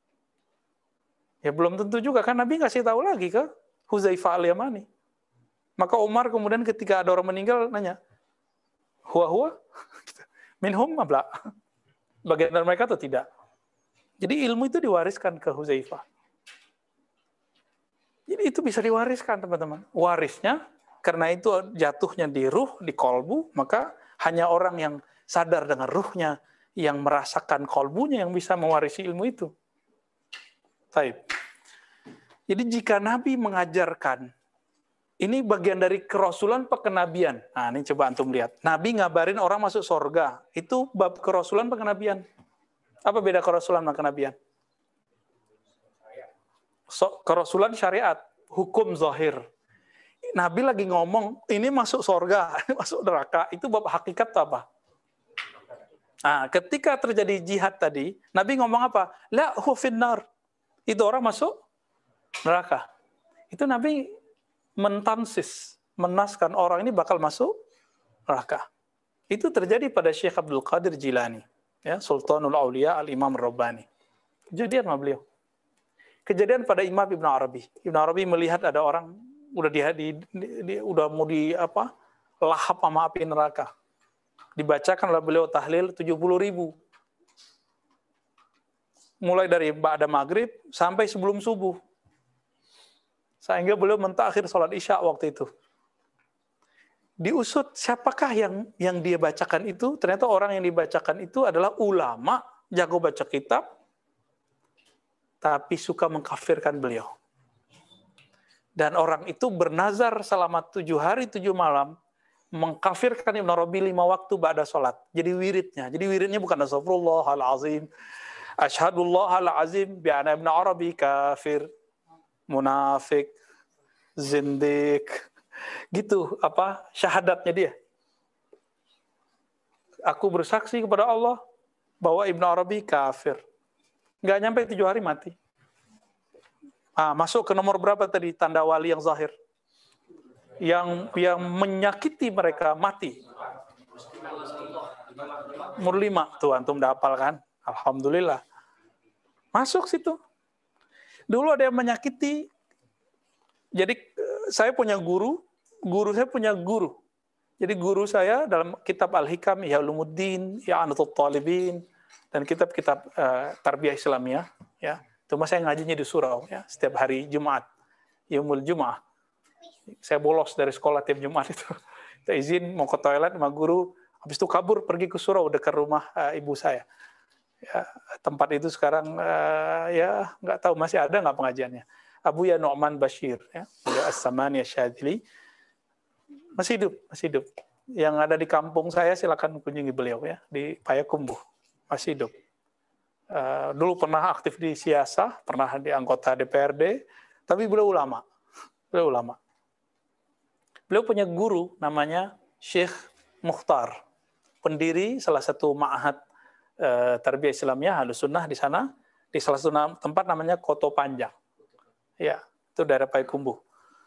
Ya belum tentu juga, kan Nabi ngasih tahu lagi ke Hudzaifah al-Yamani. Maka Umar kemudian ketika ada orang meninggal nanya, huwa minhum abla. Bagian dari mereka atau tidak? Jadi ilmu itu diwariskan ke Hudzaifah. Jadi itu bisa diwariskan teman-teman. Warisnya karena itu jatuhnya di ruh, di kolbu, maka hanya orang yang sadar dengan ruhnya, yang merasakan kolbunya yang bisa mewarisi ilmu itu. Baik. Jadi jika Nabi mengajarkan, ini bagian dari kerasulan apa kenabian? Nah ini coba antum lihat. Nabi ngabarin orang masuk surga, itu bab kerasulan apa kenabian? Apa beda kerasulan sama kenabian? Kerasulan syariat, hukum zahir. Nabi lagi ngomong, ini masuk surga, ini masuk neraka, itu bab hakikat apa? Nah, ketika terjadi jihad tadi, Nabi ngomong apa? La hu finnar. Itu orang masuk neraka. Itu Nabi mentansis, menaskan orang ini bakal masuk neraka. Itu terjadi pada Syekh Abdul Qadir Jilani, ya, Sultanul Aulia Al-Imam Rabbani. Kejadian sama beliau. Kejadian pada Imam Ibn Arabi. Ibn Arabi melihat ada orang udah mau lahap sama api neraka. Dibacakan oleh beliau tahlil 70.000. Mulai dari ba'da maghrib sampai sebelum subuh. Sehingga beliau mentakhir sholat isya waktu itu. Diusut siapakah yang dia bacakan itu? Ternyata orang yang dibacakan itu adalah ulama, jago baca kitab, tapi suka mengkafirkan beliau. Dan orang itu bernazar selama 7 hari 7 malam mengkafirkan Ibn Arabi 5 waktu ba'da sholat. Jadi wiridnya bukan astagfirullahalazim, asyhadullahal-azim bi'ana Ibn Arabi kafir, munafik, zindik. Gitu syahadatnya dia. Aku bersaksi kepada Allah bahwa Ibn Arabi kafir. Nggak nyampe 7 hari mati. Masuk ke nomor berapa tadi tanda wali yang zahir? Yang menyakiti mereka mati. Umur 5 tuh antum udah hafal kan? Alhamdulillah. Masuk situ. Dulu ada yang menyakiti. Jadi saya punya guru saya punya guru. Jadi guru saya dalam kitab Al-Hikam, Ya Ulumuddin, Ya Anatul Talibin, dan kitab-kitab tarbiyah Islamiyah, ya. Cuma saya ngajinya di surau, ya, setiap hari Jumat, Yaumul Jum'ah. Saya bolos dari sekolah tiap Jumat itu. Kita izin mau ke toilet sama guru, habis itu kabur pergi ke surau dekat rumah ibu saya. Ya, tempat itu sekarang ya nggak tahu masih ada nggak pengajiannya. Abu Ya Nu'man Bashir, ya, As-Samani Asyadili, masih hidup. Yang ada di kampung saya silakan kunjungi beliau, ya, di Payakumbuh, masih hidup. Dulu pernah aktif di Siasah, pernah di anggota DPRD, tapi beliau ulama. Beliau punya guru namanya Syekh Mukhtar, pendiri salah satu ma'had tarbiyah Islamiyah Ahlussunnah di sana, di salah satu tempat namanya Koto Panjang. Ya, itu daerah Payakumbuh.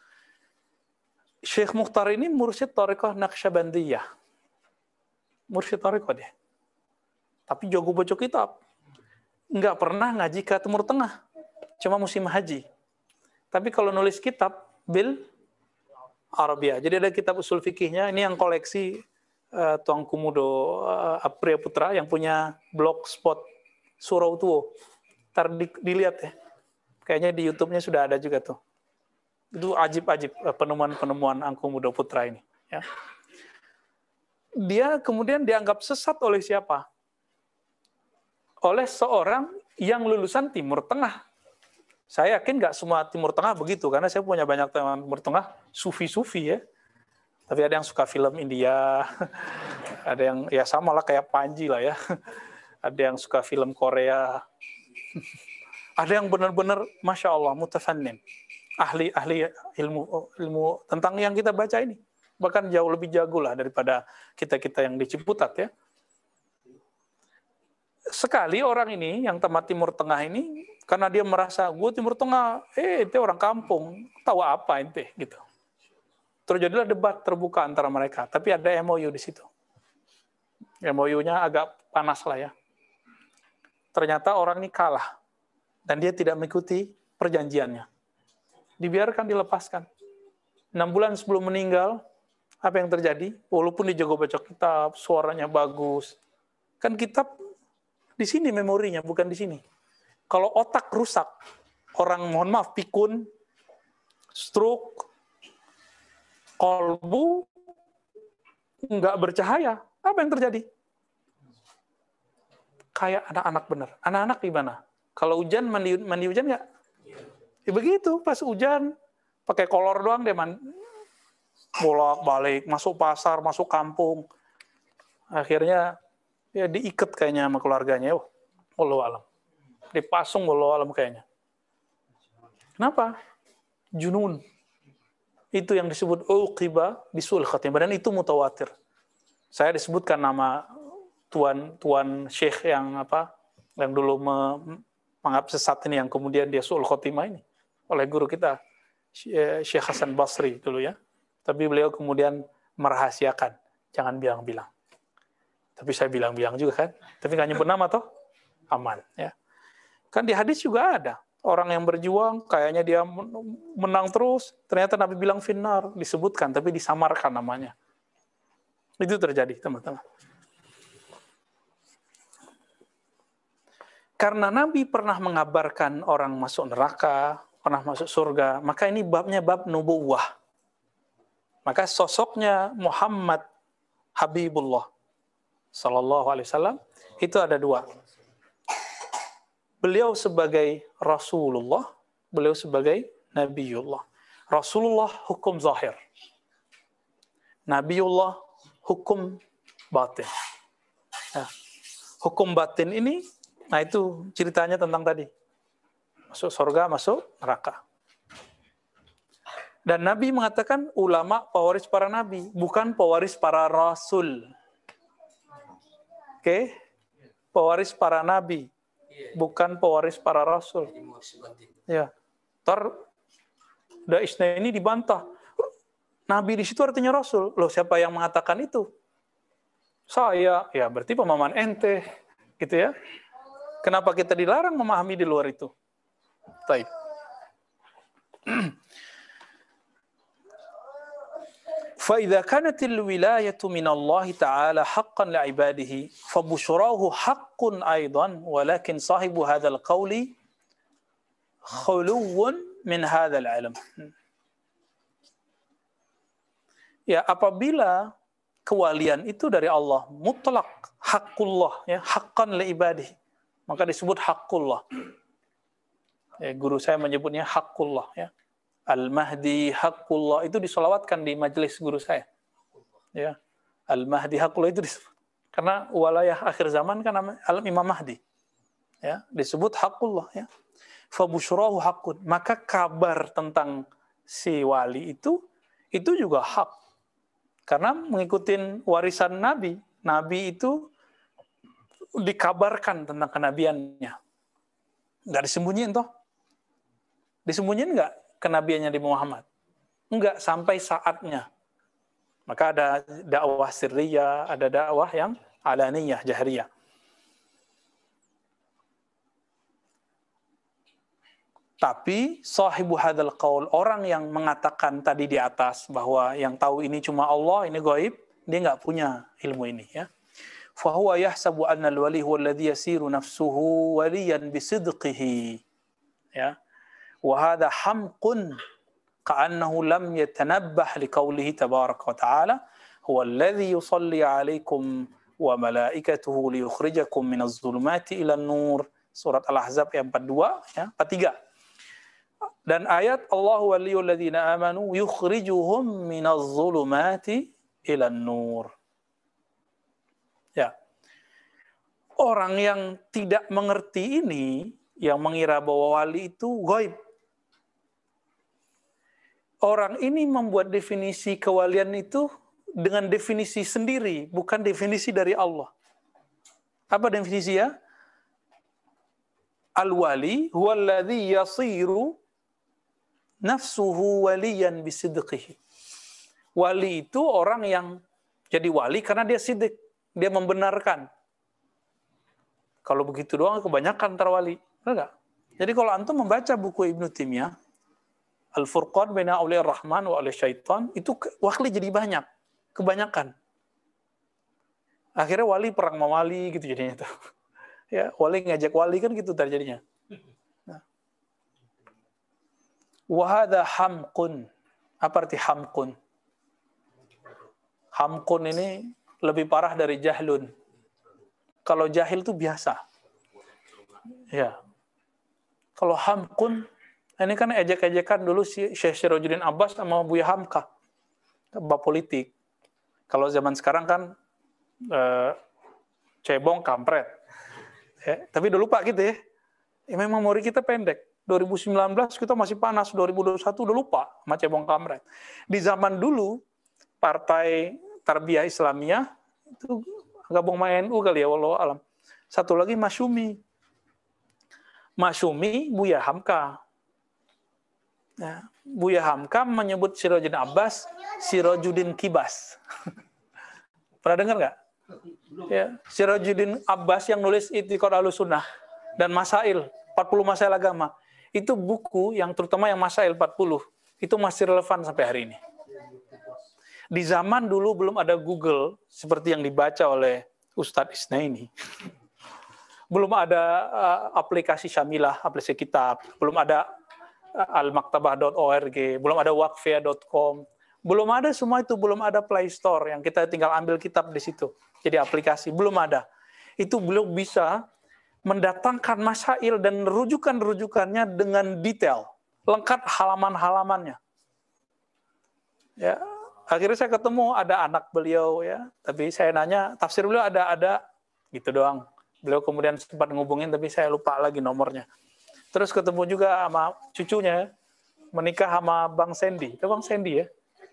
Syekh Mukhtar ini mursyid Thariqah Naqsyabandiyah. Mursyid Thariqah dia. Tapi jago baca kitab. Nggak pernah ngaji ke Timur Tengah. Cuma musim haji. Tapi kalau nulis kitab, bil Arabia. Jadi ada kitab usul fikihnya. Ini yang koleksi Tuang Kumudo Apriya Putra yang punya blogspot Surau Tuo. Ntar dilihat ya. Kayaknya di YouTube-nya sudah ada juga tuh. Itu ajib-ajib penemuan-penemuan Angku Muda Putra ini. Ya. Dia kemudian dianggap sesat oleh siapa? Oleh seorang yang lulusan Timur Tengah. Saya yakin nggak semua Timur Tengah begitu, karena saya punya banyak teman Timur Tengah, sufi-sufi ya. Tapi ada yang suka film India, ada yang ya sama lah kayak Panji lah ya. Ada yang suka film Korea. Ada yang benar-benar Masya Allah, mutafannin. Ahli ilmu tentang yang kita baca ini. Bahkan jauh lebih jago lah daripada kita-kita yang di Ciputat ya. Sekali orang ini, yang teman Timur Tengah ini, karena dia merasa, gue Timur Tengah, ente orang kampung, tahu apa ente, gitu. Terjadilah debat terbuka antara mereka, tapi ada MOU di situ. MOU-nya agak panas lah ya. Ternyata orang ini kalah. Dan dia tidak mengikuti perjanjiannya. Dibiarkan dilepaskan. 6 bulan sebelum meninggal, apa yang terjadi? Walaupun dia jago baca kitab, suaranya bagus. Kan kitab di sini memorinya, bukan di sini. Kalau otak rusak, orang mohon maaf, pikun, stroke, kolbu, nggak bercahaya. Apa yang terjadi? Kayak anak-anak benar. Anak-anak gimana? Kalau hujan, mandi hujan nggak? Ya begitu, pas hujan, pakai kolor doang deh, bolak-balik, masuk pasar, masuk kampung. Akhirnya, ya diikat kayaknya sama keluarganya. Wallahu alam. Dipasung, wallahu alam kayaknya. Kenapa? Junun. Itu yang disebut uqiba bisul khatimah, dan itu mutawatir. Saya disebutkan nama tuan syekh yang dulu menganggap sesat ini, yang kemudian dia su'ul khotimah ini, oleh guru kita Syekh Hasan Basri dulu ya. Tapi beliau kemudian merahasiakan, jangan bilang-bilang. Tapi saya bilang-bilang juga kan, tapi nggak nyebut nama toh, aman ya. Kan di hadis juga ada orang yang berjuang, kayaknya dia menang terus, ternyata Nabi bilang finnar, disebutkan tapi disamarkan namanya. Itu terjadi teman-teman. Karena Nabi pernah mengabarkan orang masuk neraka, pernah masuk surga, maka ini babnya bab nubuwah. Maka sosoknya Muhammad Habibullah Sallallahu Alaihi Wasallam itu ada dua. Beliau sebagai Rasulullah, beliau sebagai Nabiullah. Rasulullah hukum zahir, Nabiullah hukum batin. Nah, hukum batin ini, nah itu ceritanya tentang tadi. Masuk surga, masuk neraka. Dan Nabi mengatakan ulama pewaris para nabi, bukan pewaris para rasul. Oke? Pewaris para nabi, bukan pewaris para rasul. Ya. Udah Isna ini dibantah. Nabi di situ artinya rasul. Loh, siapa yang mengatakan itu? Saya. Ya berarti pemahaman ente, gitu ya. Kenapa kita dilarang memahami di luar itu? Baik. فإذا كانت الولاية من الله تعالى حقا لعباده فبشراه حق أيضا ولكن صاحب هذا القول خلو من هذا العلم. Ya, apabila kewalian itu dari Allah mutlak, haqqullah, ya, haqqan li ibadihi, maka disebut haqqullah. Ya, guru saya menyebutnya haqqullah, ya. Al-Mahdi haqqullah, itu disolawatkan di majelis guru saya. Ya. Al-Mahdi haqqullah itu disebut. Karena walayah akhir zaman kan Imam Mahdi. Ya, disebut haqqullah, ya. Fa busyrahu haqqun, maka kabar tentang si wali itu juga hak. Karena mengikuti warisan Nabi. Nabi itu dikabarkan tentang kenabiannya. Nggak disembunyiin toh? Disembunyiin nggak kenabiannya di Muhammad? Enggak, sampai saatnya. Maka ada dakwah sirriyah, ada dakwah yang alaniyah, jahriyah. Tapi sahibu hadzal qaul, orang yang mengatakan tadi di atas bahwa yang tahu ini cuma Allah, ini gaib, dia nggak punya ilmu ini, ya. Fa huwa yahsabu anna al-wali huwa alladhi yasiru nafsuhu waliyan bisidqihi. Ya. Wa hadha hamqun ka'annahu lam yatanabbah liqaulihi tabaraka wa ta'ala huwa alladhi yusalli 'alaikum wa malaikatuhu liyukhrijakum minadh dhulumati ila an-nur. Surat Al-Ahzab ayat 42, ya, 43. Dan ayat Allahu waliyul ladzina amanu yukhrijuhum minadh dhulumati ila an-nur. Ya. Orang yang tidak mengerti ini, yang mengira bahwa wali itu gaib. Orang ini membuat definisi kewalian itu dengan definisi sendiri, bukan definisi dari Allah. Apa definisinya? Al-wali huwa alladhi yasiru nafsuhu waliyan bisidqihi. Wali itu orang yang jadi wali karena dia sidik, dia membenarkan. Kalau begitu doang kebanyakan terwali, enggak? Jadi kalau antum membaca buku Ibnu Taimiyah, Al-Furqan baina Auliyar Rahman wa Auliyas Syaitan, itu wali jadi banyak, kebanyakan. Akhirnya wali perang sama wali gitu jadinya tuh. Ya, wali ngajak wali kan gitu terjadinya. Wa hadza hamqun. Apa arti hamqun? Hamqun ini lebih parah dari jahlun. Kalau jahil itu biasa. Ya. Kalau hamqun, ini kan ejek-ejekan dulu si Syekh Sirajuddin Abbas sama Buya Hamka. Bab politik. Kalau zaman sekarang kan cebong kampret. Ya, tapi udah lupa gitu ya. Memang memori kita pendek. 2019 kita masih panas, 2021 udah lupa sama cebong kampret. Di zaman dulu, Partai Tarbiyah Islamiyah, itu gabung sama NU kali ya, wallahu alam. Satu lagi Masyumi. Masyumi, Buya Hamka. Ya, Buya Hamka menyebut Sirajuddin Abbas, Sirajuddin Kibas. Pernah dengar nggak? Ya, Sirajuddin Abbas yang nulis I'tiqad Ahlussunnah dan Masail, 40 masail agama. Itu buku yang terutama yang Masail 40, itu masih relevan sampai hari ini. Di zaman dulu belum ada Google seperti yang dibaca oleh Ustadz Isnaini. Belum ada aplikasi Syamilah, aplikasi kitab, belum ada almaktabah.org, belum ada waqfiyah.com, belum ada semua itu, belum ada Play Store yang kita tinggal ambil kitab di situ. Jadi aplikasi, belum ada. Itu belum bisa mendatangkan masail dan rujukan-rujukannya dengan detail, lengkap halaman-halamannya. Ya, akhirnya saya ketemu ada anak beliau ya, tapi saya nanya tafsir beliau ada gitu doang. Beliau kemudian sempat ngubungin tapi saya lupa lagi nomornya. Terus ketemu juga sama cucunya menikah sama Bang Sandy. Itu Bang Sandy ya.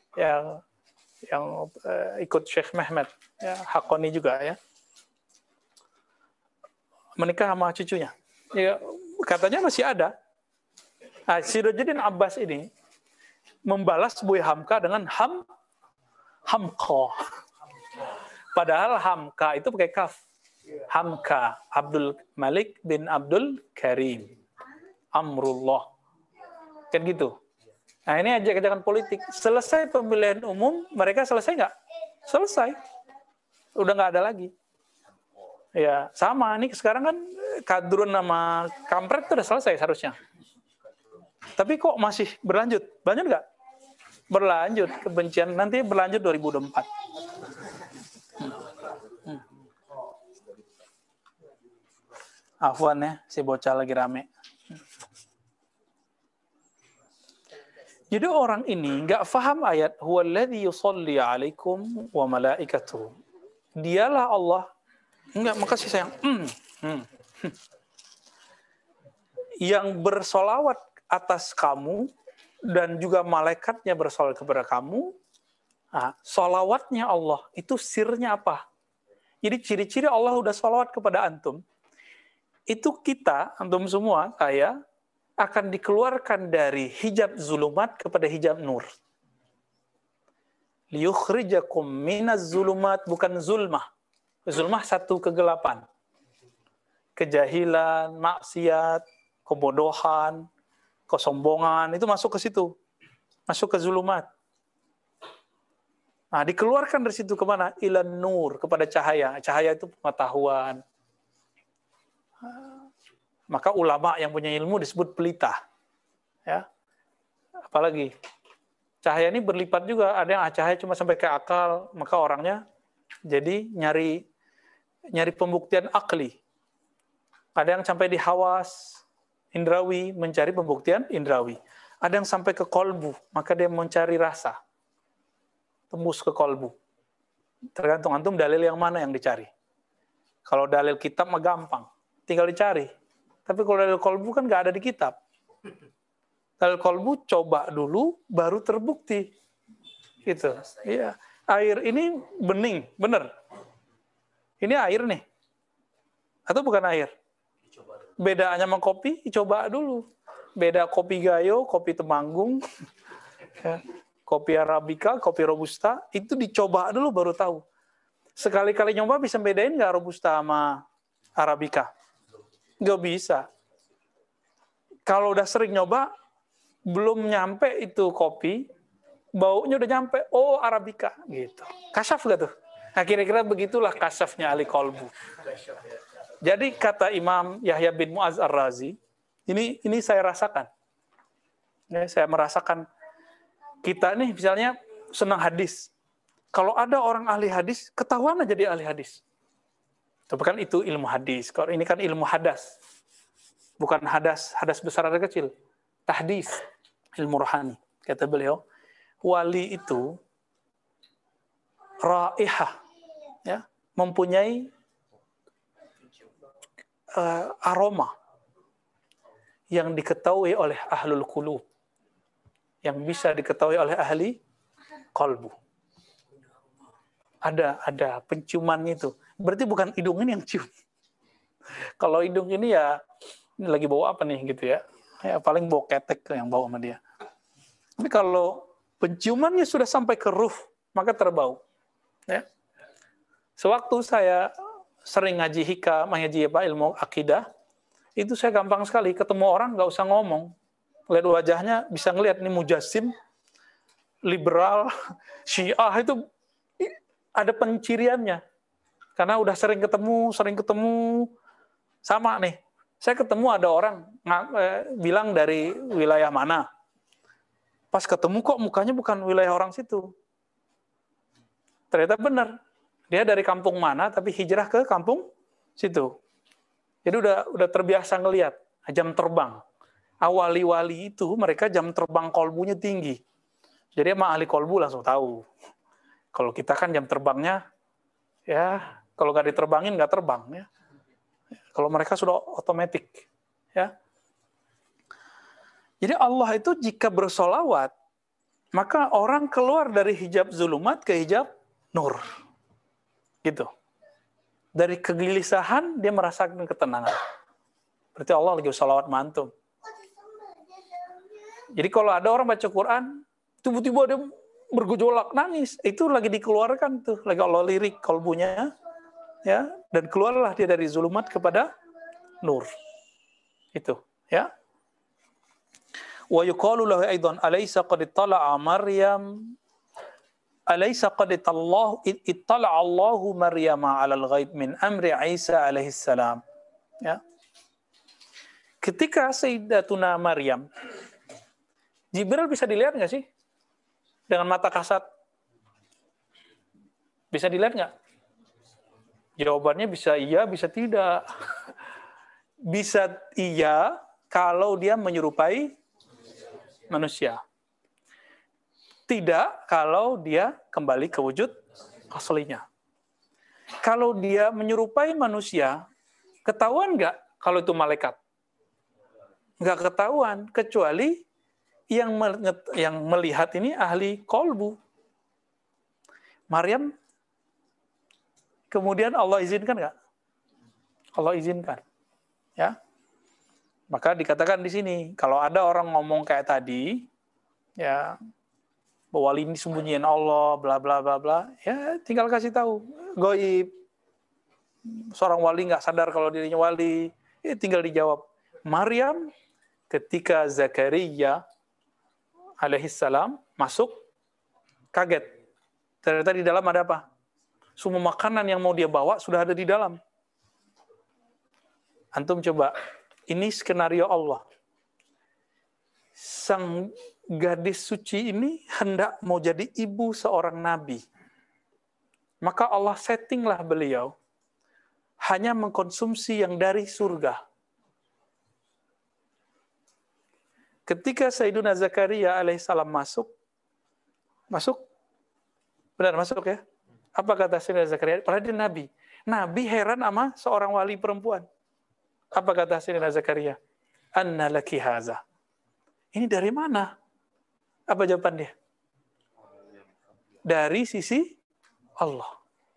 Yang ikut Syekh Mehmet ya, Hakoni juga ya. Menikah sama cucunya. Ya, katanya masih ada. Nah, Sirajuddin Abbas ini membalas Buya Hamka dengan Hamqa. Padahal Hamka itu pakai kaf. Hamka, Abdul Malik bin Abdul Karim, Amrullah. Kan gitu. Nah ini ajak-ajakan politik. Selesai pemilihan umum, mereka selesai nggak? Selesai. Udah nggak ada lagi. Ya sama, ini sekarang kan kadrun sama kampret itu udah selesai seharusnya. Tapi kok masih berlanjut? Berlanjut nggak? Berlanjut. Kebencian nanti berlanjut 2024. Afwan ya, si bocah lagi rame. Jadi orang ini nggak faham ayat huwallazi yusalli alaikum wa malaikatuh. Dialah Allah. Enggak, makasih sayang. Yang bersolawat atas kamu dan juga malaikatnya bersolawat kepada kamu. Nah, solawatnya Allah itu sirnya apa? Jadi ciri-ciri Allah udah solawat kepada antum. Itu kita, antum semua, saya, akan dikeluarkan dari hijab zulumat kepada hijab nur. Liyukhrijakum minaz zulumat, bukan zulmah. Zulmah satu kegelapan. Kejahilan, maksiat, kebodohan, kesombongan, itu masuk ke situ. Masuk ke zulumat. Nah, dikeluarkan dari situ kemana? Ilan nur, kepada cahaya. Cahaya itu pengetahuan. Maka ulama yang punya ilmu disebut pelita. Ya. Apalagi cahaya ini berlipat juga. Ada yang cahaya cuma sampai ke akal, maka orangnya jadi nyari pembuktian akli. Ada yang sampai di hawas indrawi, mencari pembuktian indrawi. Ada yang sampai ke kolbu, maka dia mencari rasa. Tembus ke kolbu. Tergantung antum dalil yang mana yang dicari. Kalau dalil kitab mah gampang, tinggal dicari. Tapi kalau dalil kolbu kan nggak ada di kitab. Dalil kolbu coba dulu, baru terbukti. Gitu. Iya. Air ini bening, bener. Ini air nih. Atau bukan air? Bedanya sama kopi, coba dulu. Beda kopi gayo, kopi temanggung, kopi arabica, kopi robusta, itu dicoba dulu baru tahu. Sekali-kali nyoba bisa bedain nggak robusta sama arabica? Nggak bisa. Kalau udah sering nyoba, belum nyampe itu kopi, baunya udah nyampe, oh arabica gitu. Kasyaf gak tuh? Nah kira-kira begitulah kasyafnya ahli kolbu. Jadi kata Imam Yahya bin Mu'az Ar-Razi, ini saya rasakan. Ya, saya merasakan kita nih misalnya senang hadis. Kalau ada orang ahli hadis, ketahuan aja dia ahli hadis. Tapi kan itu ilmu hadis. Kalau ini kan ilmu hadas. Bukan hadas besar ada kecil. Tahdis, ilmu rohani. Kata beliau, wali itu raihah, ya, mempunyai aroma yang diketahui oleh ahlul qulub, yang bisa diketahui oleh ahli qalbu. Ada penciumannya itu. Berarti bukan hidung ini yang cium. Kalau hidung ini ya, ini lagi bau apa nih gitu ya. Ya paling bau ketek yang bau sama dia. Tapi kalau penciumannya sudah sampai ke ruh, maka terbau. Ya. Sewaktu saya sering ngaji hikam, ngaji ilmu akidah, itu saya gampang sekali ketemu orang nggak usah ngomong. Lihat wajahnya bisa ngelihat ini mujassim, liberal, syiah itu ada penciriannya. Karena udah sering ketemu, sama nih. Saya ketemu ada orang bilang dari wilayah mana. Pas ketemu kok mukanya bukan wilayah orang situ. Ternyata benar. Dia dari kampung mana tapi hijrah ke kampung situ. Jadi udah terbiasa ngelihat jam terbang. Wali-wali itu mereka jam terbang kolbunya tinggi. Jadi emang ahli kolbu langsung tahu. Kalau kita kan jam terbangnya ya kalau nggak diterbangin nggak terbang ya. Kalau mereka sudah otomatis ya. Jadi Allah itu jika bersolawat maka orang keluar dari hijab zulumat ke hijab nur. Gitu. Dari kegelisahan dia merasakan ketenangan. Berarti Allah lagi sholawat mantum. Jadi kalau ada orang baca Quran, tiba-tiba dia bergejolak nangis, itu lagi dikeluarkan tuh, lagi Allah lirik kolbunya, ya dan keluarlah dia dari zulumat kepada nur. Itu, ya. Wa yuqalu lahu aidan alaysa qad ittala'a Maryam alaysa qad ittala'a Allahu Maryam 'alal ghaib min amri Isa alaihi salam. Ya. Ketika Sayyidatuna Maryam, Jibril bisa dilihat nggak sih dengan mata kasat? Bisa dilihat nggak? Jawabannya bisa iya, bisa tidak. Bisa iya kalau dia menyerupai manusia. Tidak kalau dia kembali ke wujud aslinya. Kalau dia menyerupai manusia, ketahuan nggak kalau itu malaikat? Nggak ketahuan, kecuali yang melihat ini ahli kolbu. Maryam, kemudian Allah izinkan nggak? Allah izinkan. Ya. Maka dikatakan di sini, kalau ada orang ngomong kayak tadi, ya, bahwa wali ini sembunyiin Allah, bla bla bla bla, ya tinggal kasih tahu, goib. Seorang wali nggak sadar kalau dirinya wali, ya tinggal dijawab. Maryam ketika Zakaria alaihissalam masuk, kaget. Ternyata di dalam ada apa? Semua makanan yang mau dia bawa sudah ada di dalam. Antum coba, ini skenario Allah. Sang gadis suci ini hendak mau jadi ibu seorang nabi. Maka Allah settinglah beliau hanya mengkonsumsi yang dari surga. Ketika Sayyiduna Zakaria alaihissalam masuk, benar masuk ya? Apa kata Sayyidina Zakaria? Padahal dia nabi. Nabi heran sama seorang wali perempuan. Apa kata Sayyidina Zakaria? Anna laki haza. Ini dari mana? Apa jawaban dia? Dari sisi Allah.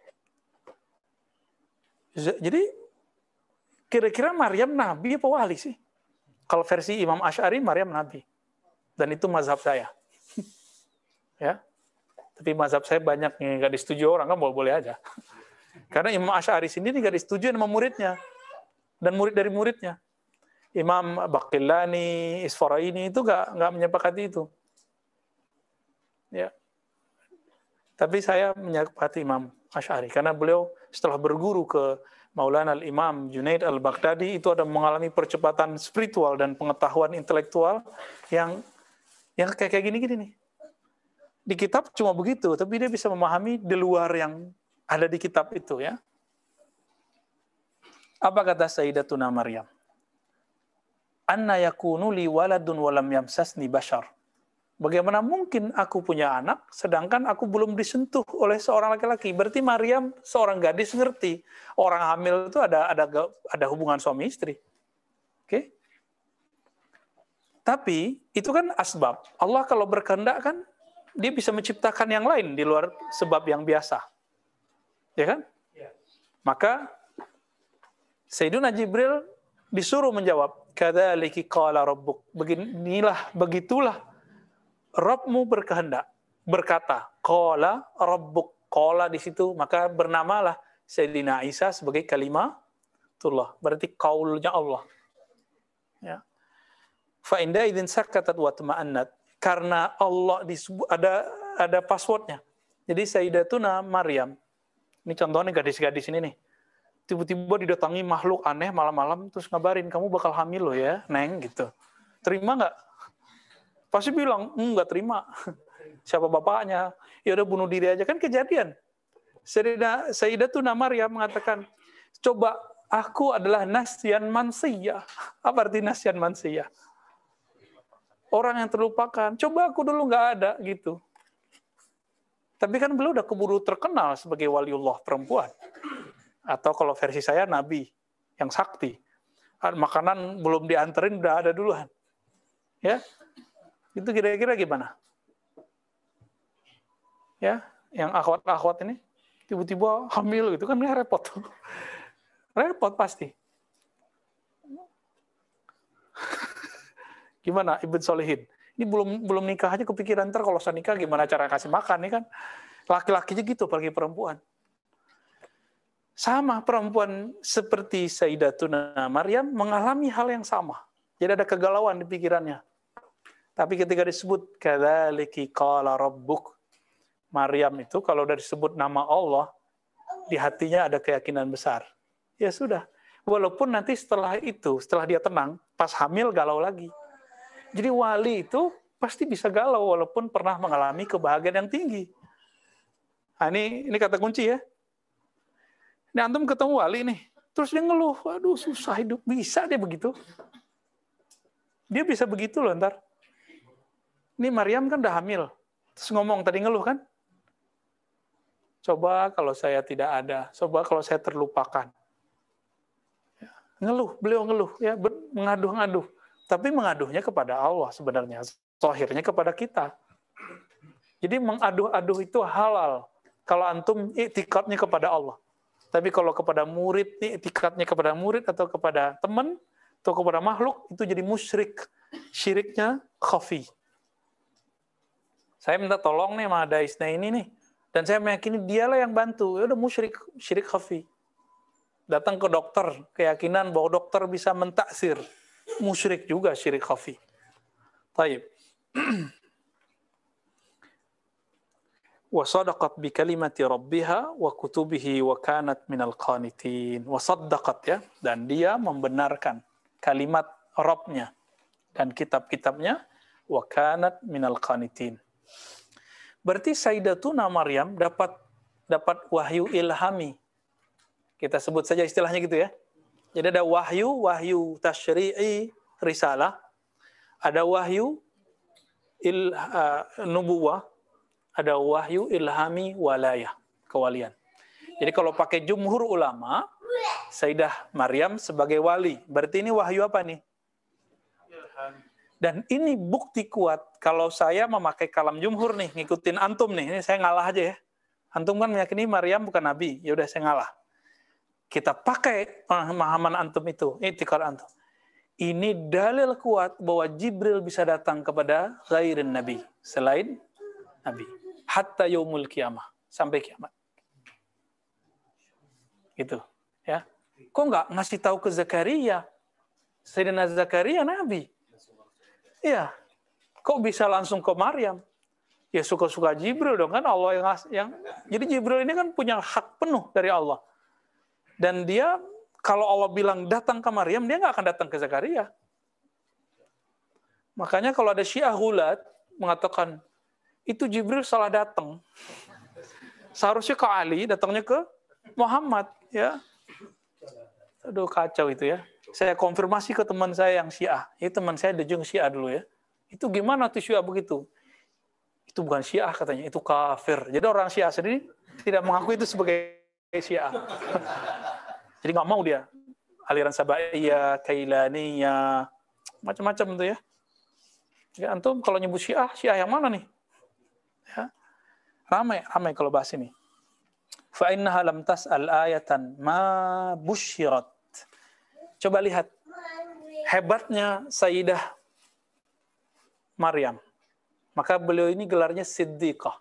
Jadi, kira-kira Maryam nabi apa wali sih? Kalau versi Imam Asy'ari, Maryam nabi. Dan itu mazhab saya. Ya. Tapi mazhab saya banyak yang nggak disetujui orang, kan boleh aja. Karena Imam Asy'ari sendiri nggak disetujui sama muridnya. Dan murid dari muridnya. Imam Baqillani, Isfaraini itu nggak menyepakati itu. Ya. Tapi saya menyepakati Imam Asy'ari karena beliau setelah berguru ke Maulana al-Imam Junaid al-Baghdadi itu ada mengalami percepatan spiritual dan pengetahuan intelektual yang kayak gini-gini nih. Di kitab cuma begitu, tapi dia bisa memahami di luar yang ada di kitab itu, ya. Apa kata Sayyidatuna Maryam? Anna yakunu li waladun walam yamsasni bashar. Bagaimana mungkin aku punya anak sedangkan aku belum disentuh oleh seorang laki-laki? Berarti Maryam seorang gadis ngerti orang hamil itu ada hubungan suami istri. Oke? Tapi itu kan asbab. Allah kalau berkehendak kan dia bisa menciptakan yang lain di luar sebab yang biasa. Ya kan? Maka Sayyiduna Jibril disuruh menjawab, kadzalika qala rabbuk. Begitulah Rabbmu berkehendak, berkata, qala rabbuk. Qala di situ, maka bernamalah Sayyidina Isa sebagai kalimatullah. Berarti qaulnya Allah. Ya. Fa inda idzin sakatat wa tuma'annat. Karena Allah disebut ada passwordnya. Jadi Sayyidatuna Maryam, ini contohnya gadis-gadis ini nih. Tiba-tiba didatangi makhluk aneh malam-malam terus ngabarin kamu bakal hamil loh ya, Neng gitu. Terima nggak? Pasti bilang nggak terima. Siapa bapaknya? Ya udah bunuh diri aja, kan kejadian. Sayyidatuna Maryam mengatakan, coba aku adalah nasyan mansiyah. Apa arti nasyan mansiyah? Orang yang terlupakan. Coba aku dulu nggak ada gitu. Tapi kan beliau udah keburu terkenal sebagai waliullah perempuan. Atau kalau versi saya nabi yang sakti. Makanan belum dianterin udah ada duluan. Ya. Itu kira-kira gimana? Ya, yang akhwat-akhwat ini tiba-tiba hamil gitu kan ini repot. Repot pasti. Gimana Ibn Solihin? Ini belum nikah aja kepikiran ntar kalau saya nikah gimana cara kasih makan nih kan. Laki-lakinya gitu apalagi perempuan. Sama perempuan seperti Sayyidatuna Maryam mengalami hal yang sama. Jadi ada kegalauan di pikirannya. Tapi ketika disebut kadzaliki qala rabbuk, Maryam itu kalau udah disebut nama Allah, di hatinya ada keyakinan besar. Ya sudah. Walaupun nanti setelah itu, setelah dia tenang, pas hamil galau lagi. Jadi wali itu pasti bisa galau walaupun pernah mengalami kebahagiaan yang tinggi. Nah, ini kata kunci ya. Ini antum ketemu wali nih, terus dia ngeluh, aduh susah hidup, bisa dia begitu. Dia bisa begitu loh ntar. Ini Maryam kan udah hamil, terus ngomong tadi ngeluh kan. Coba kalau saya tidak ada, coba kalau saya terlupakan. Ngeluh, beliau ngeluh, ya mengaduh-ngaduh. Tapi mengaduhnya kepada Allah sebenarnya, zahirnya kepada kita. Jadi mengaduh-aduh itu halal. Kalau antum i'tikadnya kepada Allah. Tapi kalau kepada murid, i'tikadnya kepada murid atau kepada teman atau kepada makhluk, itu jadi musyrik. Syiriknya khafi. Saya minta tolong nih sama Daisna ini nih. Dan saya meyakini dialah yang bantu. Ya udah musyrik, syirik khafi. Datang ke dokter, keyakinan bahwa dokter bisa mentaksir. Musyrik juga syirik khafi. Taib. Wa sadaqat bi kalimati rabbiha wa kutubihi wa kanat minal qanitin. Wa saddaqat ya, dan dia membenarkan kalimat Rabbnya dan kitab-kitabnya wa kanat minal qanitin. Berarti Sayyidatuna Maryam dapat wahyu ilhami. Kita sebut saja istilahnya gitu ya. Jadi ada wahyu tasyri'i risalah, ada wahyu nubuwah, ada wahyu ilhami walayah, kewalian. Jadi kalau pakai jumhur ulama, Sayyidah Maryam sebagai wali. Berarti ini wahyu apa nih? Dan ini bukti kuat. Kalau saya memakai kalam jumhur nih, ngikutin antum nih, ini saya ngalah aja ya. Antum kan meyakini Maryam bukan nabi, ya udah saya ngalah. Kita pakai pemahaman antum itu, i'tikad antum. Ini dalil kuat bahwa Jibril bisa datang kepada ghairin nabi, selain nabi. Hatta yaumul kiamah, sampai kiamat. Gitu, ya. Kok nggak ngasih tahu ke Zakaria? Sayyidina Zakaria nabi. Iya. Kok bisa langsung ke Maryam? Ya suka-suka Jibril dong, kan Allah yang jadi Jibril ini kan punya hak penuh dari Allah. Dan dia kalau Allah bilang datang ke Maryam, dia nggak akan datang ke Zakaria. Makanya kalau ada Syiah Ghulat mengatakan itu Jibril salah datang. Seharusnya ke Ali, datangnya ke Muhammad, ya. Aduh kacau itu ya. Saya konfirmasi ke teman saya yang Syiah. Ini teman saya dejung Syiah dulu ya. Itu gimana tuh Syiah begitu? Itu bukan Syiah katanya, itu kafir. Jadi orang Syiah sendiri tidak mengaku itu sebagai Syiah. Jadi nggak mau dia. Aliran Sabaiyah, Kailaniyah, macam-macam tuh ya. Jadi antum kalau nyebut Syiah yang mana nih? Ya. Ramai kalau bahas ini. Fa innaha lam tas'al ayatan ma busyirat. Coba lihat hebatnya Sayyidah Maryam. Maka beliau ini gelarnya Siddiqah.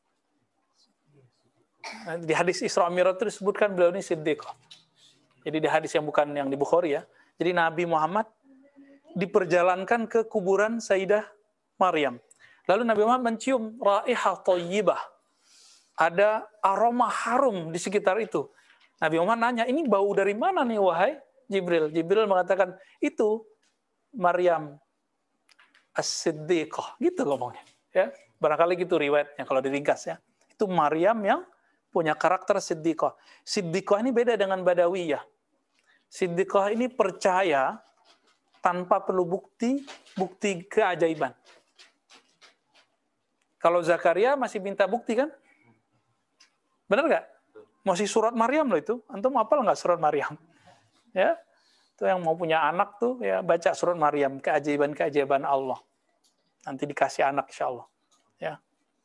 Di hadis Isra Mi'raj itu disebutkan beliau ini Siddiqah. Jadi di hadis yang bukan yang di Bukhari ya. Jadi Nabi Muhammad diperjalankan ke kuburan Sayyidah Maryam. Lalu Nabi Muhammad mencium raihah thayyibah. Ada aroma harum di sekitar itu. Nabi Muhammad nanya, ini bau dari mana nih wahai Jibril? Jibril mengatakan, itu Maryam as-siddiqah. Gitu ngomongnya. Ya. Barangkali gitu riwayatnya kalau diringkas ya. Itu Maryam yang punya karakter siddiqah. Siddiqah ini beda dengan badawiyah. Siddiqah ini percaya tanpa perlu bukti keajaiban. Kalau Zakaria masih minta bukti kan? Benar nggak? Masih surat Maryam loh itu. Antum hafal nggak surat Maryam? Ya, itu yang mau punya anak tuh ya baca surat Maryam, keajaiban Allah. Nanti dikasih anak insya Allah. Ya.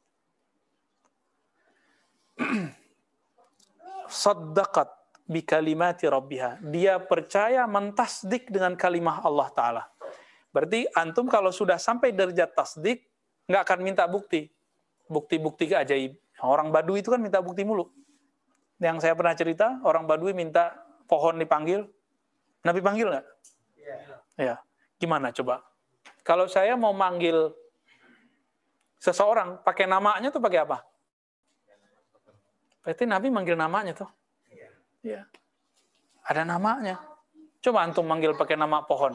Saddaqat bi kalimati rabbiha. Dia percaya mentasdik dengan kalimah Allah Ta'ala. Berarti antum kalau sudah sampai derajat tasdik, nggak akan minta bukti. Bukti-bukti keajaib. Orang Badui itu kan minta bukti mulu. Yang saya pernah cerita, orang Badui minta pohon dipanggil. Nabi panggil nggak? Ya. Gimana coba? Kalau saya mau manggil seseorang, pakai namanya tuh pakai apa? Berarti Nabi manggil namanya tuh. Iya. Ada namanya. Coba antum manggil pakai nama pohon.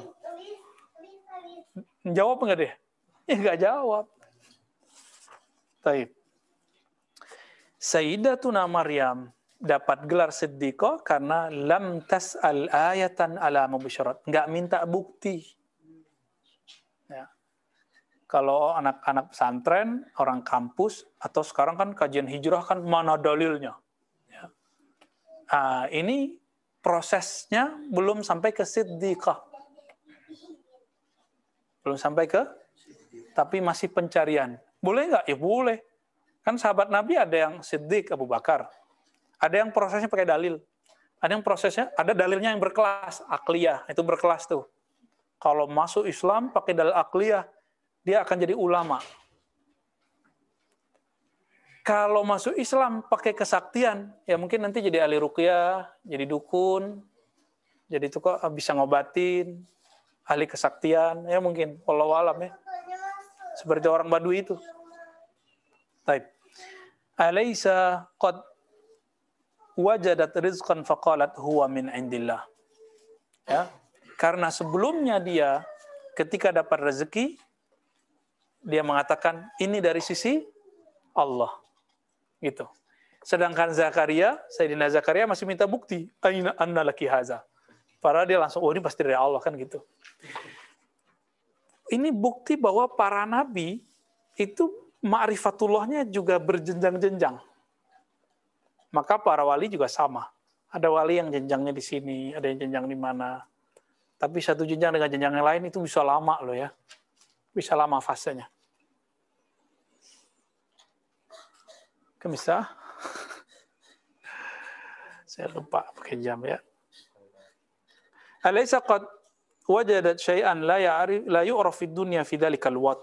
Jawab nggak deh? Ya nggak jawab. Taib. Sayyidatuna Maryam dapat gelar siddiqah karena lam tas'al ayatan ala mubasyarat. Nggak minta bukti. Ya. Kalau anak-anak pesantren, orang kampus, atau sekarang kan kajian hijrah kan mana dalilnya. Ya. Ini prosesnya belum sampai ke siddiqah. Belum sampai ke, tapi masih pencarian. Boleh nggak? Ya boleh. Kan sahabat Nabi ada yang siddiq, Abu Bakar. Ada yang prosesnya pakai dalil. Ada yang prosesnya, ada dalilnya yang berkelas, akliyah. Itu berkelas tuh. Kalau masuk Islam pakai dalil akliyah, dia akan jadi ulama. Kalau masuk Islam pakai kesaktian, ya mungkin nanti jadi ahli ruqyah, jadi dukun, jadi itu kok bisa ngobatin, ahli kesaktian, ya mungkin. Wallahu alam ya. Seperti orang Badui itu. Taib. Alaysa qad wajadat rizqan faqalat huwa min indillah. Ya. Karena sebelumnya dia ketika dapat rezeki dia mengatakan ini dari sisi Allah. Gitu. Sedangkan Zakaria, Sayyidina Zakaria masih minta bukti, aina anna laki haza. Padahal dia langsung, oh ini pasti dari Allah kan gitu. Ini bukti bahwa para nabi itu ma'rifatullahnya juga berjenjang-jenjang. Maka para wali juga sama. Ada wali yang jenjangnya di sini, ada yang jenjang di mana. Tapi satu jenjang dengan jenjang yang lain itu bisa lama loh ya. Bisa lama fasenya. Bisa? Saya lupa pakai jam ya. Alaysa qad wajadat syai'an la yu'raf fid dunya fi dzalikal wad.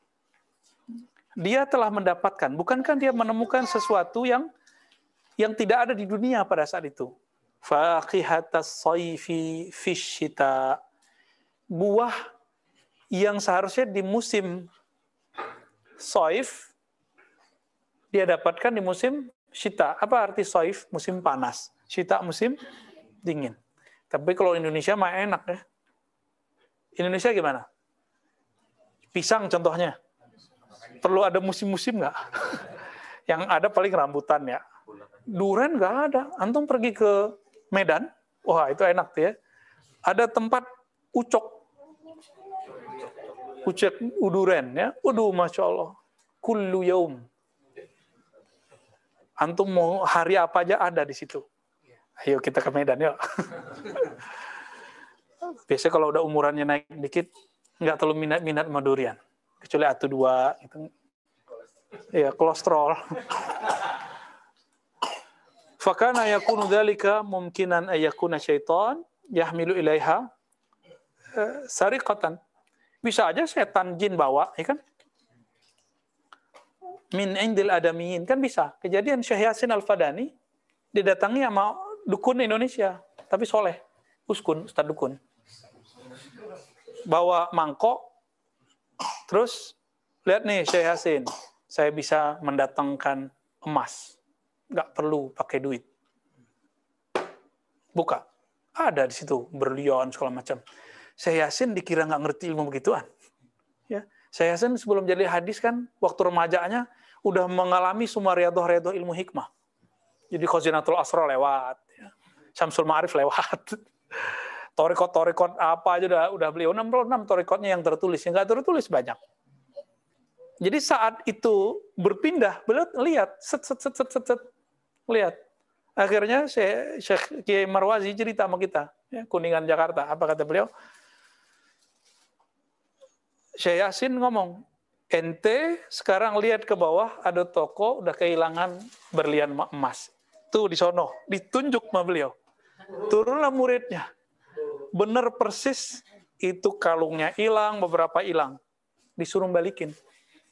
Dia telah mendapatkan, bukankah dia menemukan sesuatu yang tidak ada di dunia pada saat itu? Faqihatas sayfi fisyita. Buah yang seharusnya di musim saif dia dapatkan di musim syita. Apa arti saif? Musim panas. Syita musim dingin. Tapi kalau Indonesia mah enak ya. Indonesia gimana? Pisang contohnya. Perlu ada musim-musim nggak? Yang ada paling rambutan ya. Duren nggak ada. Antum pergi ke Medan, wah itu enak tuh ya. Ada tempat ucok uduren ya. Waduh, Masya Allah. Kullu yaum. Antum mau hari apa aja ada di situ. Ayo kita ke Medan yuk. Biasanya kalau udah umurannya naik dikit, nggak terlalu minat sama durian. Kecuali atu 2 gitu. Ya, kolesterol. Fakana yakunu dzalika mumkinan ayakuna syaitan yahmilu ilaiha sariqatan. Bisa aja setan jin bawa, ya kan? Min indil adamiyin, kan bisa. Kejadian Syekh Yasin Al-Fadani didatangi sama dukun Indonesia, tapi soleh. Uskun, Ustaz dukun. Bawa mangkok, terus lihat nih Syekh Yasin, saya bisa mendatangkan emas. Nggak perlu pakai duit. Buka. Ada di situ, berlian segala macam. Syekh Yasin dikira nggak ngerti ilmu begituan. Ya. Syekh Yasin sebelum jadi hadis kan, waktu remajanya, udah mengalami semua riyadhah ilmu hikmah. Jadi Khazinatul Asra lewat. Ya. Syamsul Ma'arif lewat. Torikot apa aja udah beliau. 66 torikotnya yang tertulis. Yang nggak tertulis banyak. Jadi saat itu berpindah, beliau lihat, set. Lihat. Akhirnya Syekh Kiai Marwazi cerita sama kita. Ya, Kuningan Jakarta. Apa kata beliau? Syekh Yasin ngomong, ente sekarang lihat ke bawah, ada toko udah kehilangan berlian emas. Tuh di sono, ditunjuk sama beliau. Turunlah muridnya. Bener persis, itu kalungnya hilang, beberapa hilang. Disuruh balikin.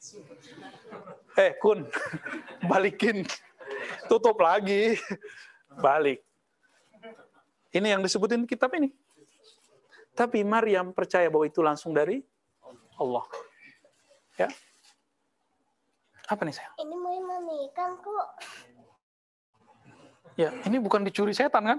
Kun, balikin. Tutup lagi. Balik. Ini yang disebutin kitab ini. Tapi Maryam percaya bahwa itu langsung dari Allah. Ya. Apa nih saya? Ini mau memikirkan kok. Ya, ini bukan dicuri setan kan?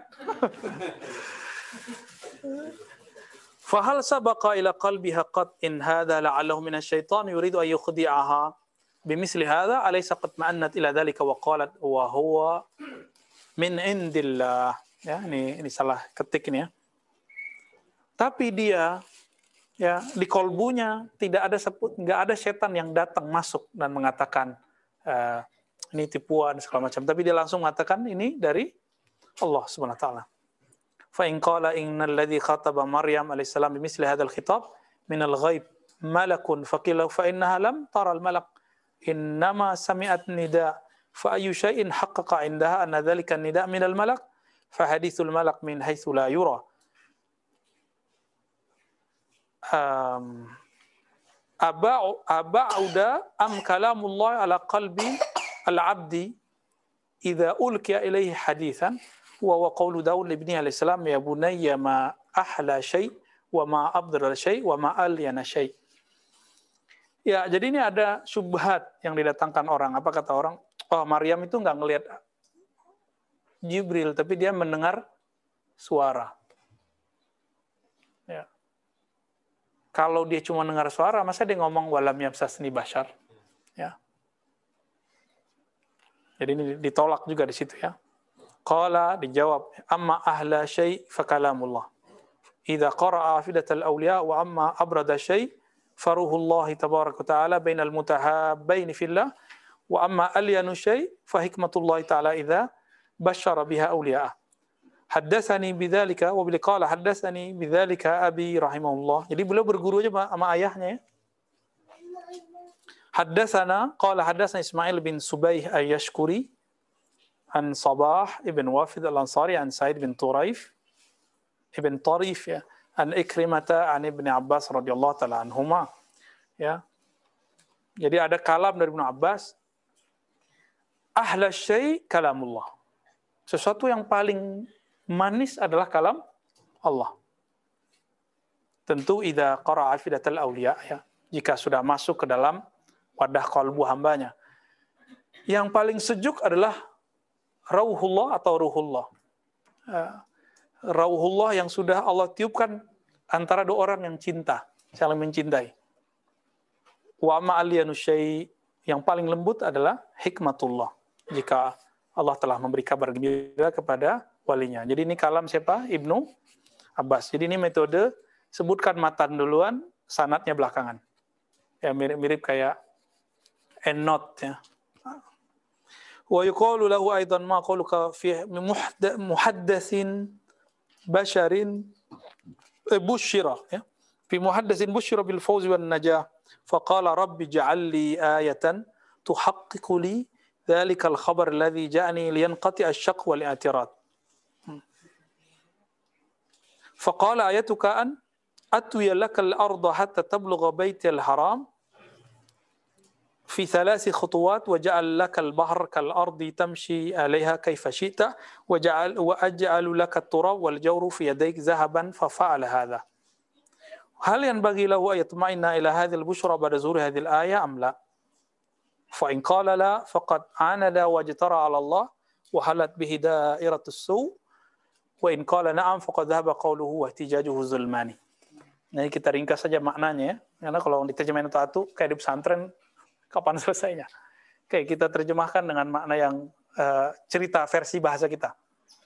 Fahal sabaqa ila qalbiha qad in hadha la'allahu min asy-syaitan yuridu an yukhdi'aha bimithli hadha alaysa qad ma'annat ila dhalika wa qalat wa huwa min indillah. Ya, ini salah ketik ini ya. Tapi dia ya di kolbunya nggak ada setan yang datang masuk dan mengatakan ini tipuan segala macam, tapi dia langsung mengatakan ini dari Allah Subhanahu wa taala. Fa in qala innal ladzi khataba Maryam alaihissalam bimithli hadzal khitab min al-ghaib malakun faqila fa innaha lam tara al-malak innama sami'at nida fa ayyu shay'in haqqaqa 'indaha anna dhalika an-nida min al-malak fa hadithul malak min haitsu la yura. Aba'uda am kalamullah ala qalbi al-'abdi idza ulqiya ilayhi haditsan wa qawlu Daud ibnihi alaihi salam ya bunayya ma ahla syai' wa ma abdara syai' wa ma alyana syai'. Ya, jadi ini ada syubhat yang didatangkan orang. Apa kata orang? Oh, Maryam itu enggak ngelihat Jibril, tapi dia mendengar suara. Ya. Kalau dia cuma dengar suara, masa dia ngomong walam yamsasni bashar? Ya. Jadi ini ditolak juga di situ ya. Qala dijawab, amma ahla syai' fa kalamullah. Idza qara'a afidatal awliya wa amma abrada syai' faruhullah tabaraka ta'ala bainal mutahabbain fillah wa amma alyanu syai' fa hikmatullah ta'ala idza basyara biha awliya'ah. Haddatsani bidzalika wa bil qala haddatsani bidzalika abi rahimahullah. Jadi beliau berguru aja sama ayahnya ya. Haddatsana qala haddatsana Ismail bin Subaih ay-Yashkuri an Sabah ibn Wafid al-Ansari an Sa'id bin Turayf ibn Tarif ya an Ikrimata an Ibn Abbas radhiyallahu taala anhuma ya. Jadi ada kalam dari Ibnu Abbas, ahla syai' kalamullah. Sesuatu yang paling manis adalah kalam Allah. Tentu idza qara'a fidatal awliya ya. Jika sudah masuk ke dalam wadah kalbu hambanya. Yang paling sejuk adalah rauhullah atau ruhullah. Rauhullah yang sudah Allah tiupkan antara dua orang yang cinta, saling mencintai. Wa ma aliyanu syai' yang paling lembut adalah hikmatullah. Jika Allah telah memberi kabar gembira kepada walinya. Jadi ini kalam siapa? Ibnu Abbas. Jadi ini metode sebutkan matan duluan, sanadnya belakangan. Ya mirip-mirip kayak endnote ya. Wa yuqalu lahu aidan ma qaluka fi muhaddatsin basharin bushira ya. Fi muhaddatsin bushira bil fawz wan najah. Faqala rabbi ij'al li ayatan tuhaqqiqu li dhalika al khabar alladhi ja'ani liyanqati asy-syaq wal i'tirad. Faqala ayatuka an atwiya laka al-ardha hatta tablugha baytal haram في 3 خطوات وجعل لك البحر كالأرض تمشي عليها كيف شئت وأجعل لك التراب والجور في يديك ذهبا ففعل هذا هل ينبغي له أن يطمئن إلى هذه البشرى بعد ظهور هذه الآية أم لا فإن قال لا فقد عاند واجترى على الله وحلت به دائرة السوء وإن قال نعم فقد ذهب قوله واحتجاجه ظلماني. Nah, kita ringkas saja maknanya ya. Karena kalau diterjemahin satu kayak di pesantren kapan selesainya? Oke, kita terjemahkan dengan makna yang cerita versi bahasa kita.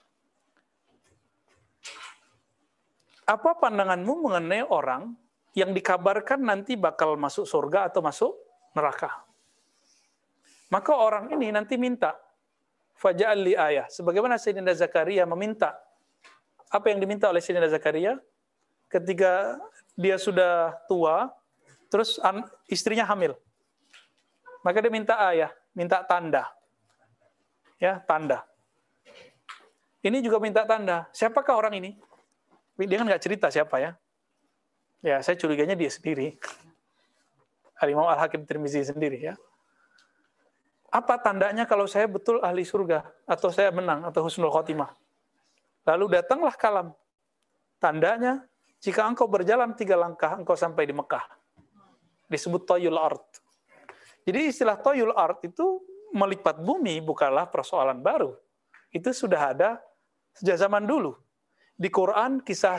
Apa pandanganmu mengenai orang yang dikabarkan nanti bakal masuk surga atau masuk neraka? Maka orang ini nanti minta, faja'al li ayah. Sebagaimana Sayyidina Zakaria meminta. Apa yang diminta oleh Sayyidina Zakaria? Ketika dia sudah tua, terus istrinya hamil. Maka dia minta ayah, minta tanda. Ya, tanda. Ini juga minta tanda. Siapakah orang ini? Dia kan nggak cerita siapa ya. Ya, saya curiganya dia sendiri. Al-Imam Al-Hakim Tirmizi sendiri ya. Apa tandanya kalau saya betul ahli surga? Atau saya menang? Atau husnul khotimah? Lalu datanglah kalam. Tandanya, jika engkau berjalan 3 langkah, engkau sampai di Mekah. Disebut toyul ard. Jadi istilah toyul ard itu melipat bumi bukanlah persoalan baru. Itu sudah ada sejak zaman dulu. Di Quran kisah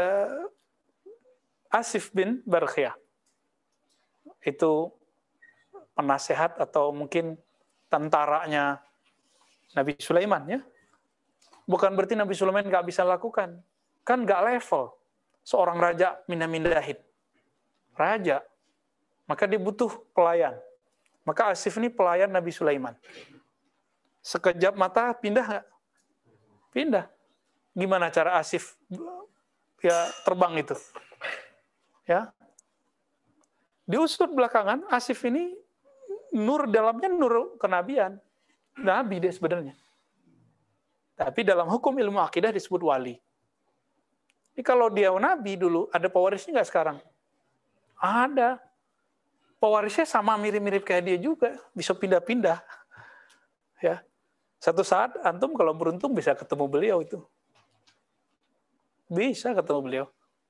Asif bin Barkhiyah. Itu penasehat atau mungkin tentaranya Nabi Sulaiman, ya. Bukan berarti Nabi Sulaiman nggak bisa lakukan. Kan nggak level. Seorang raja mindah-mindahin. Raja. Maka dia butuh pelayan. Maka Asif ini pelayan Nabi Sulaiman. Sekejap mata pindah nggak? Pindah. Gimana cara Asif ya terbang itu? Ya. Diusut belakangan, Asif ini nur dalamnya nur kenabian. Nabi dia sebenarnya. Tapi dalam hukum ilmu akidah disebut wali. Ini kalau dia nabi dulu, ada pewarisnya nggak sekarang? Ada. Pewarisnya sama mirip-mirip kayak dia juga, bisa pindah-pindah. Ya. Satu saat antum kalau beruntung bisa ketemu beliau itu. Bisa ketemu beliau.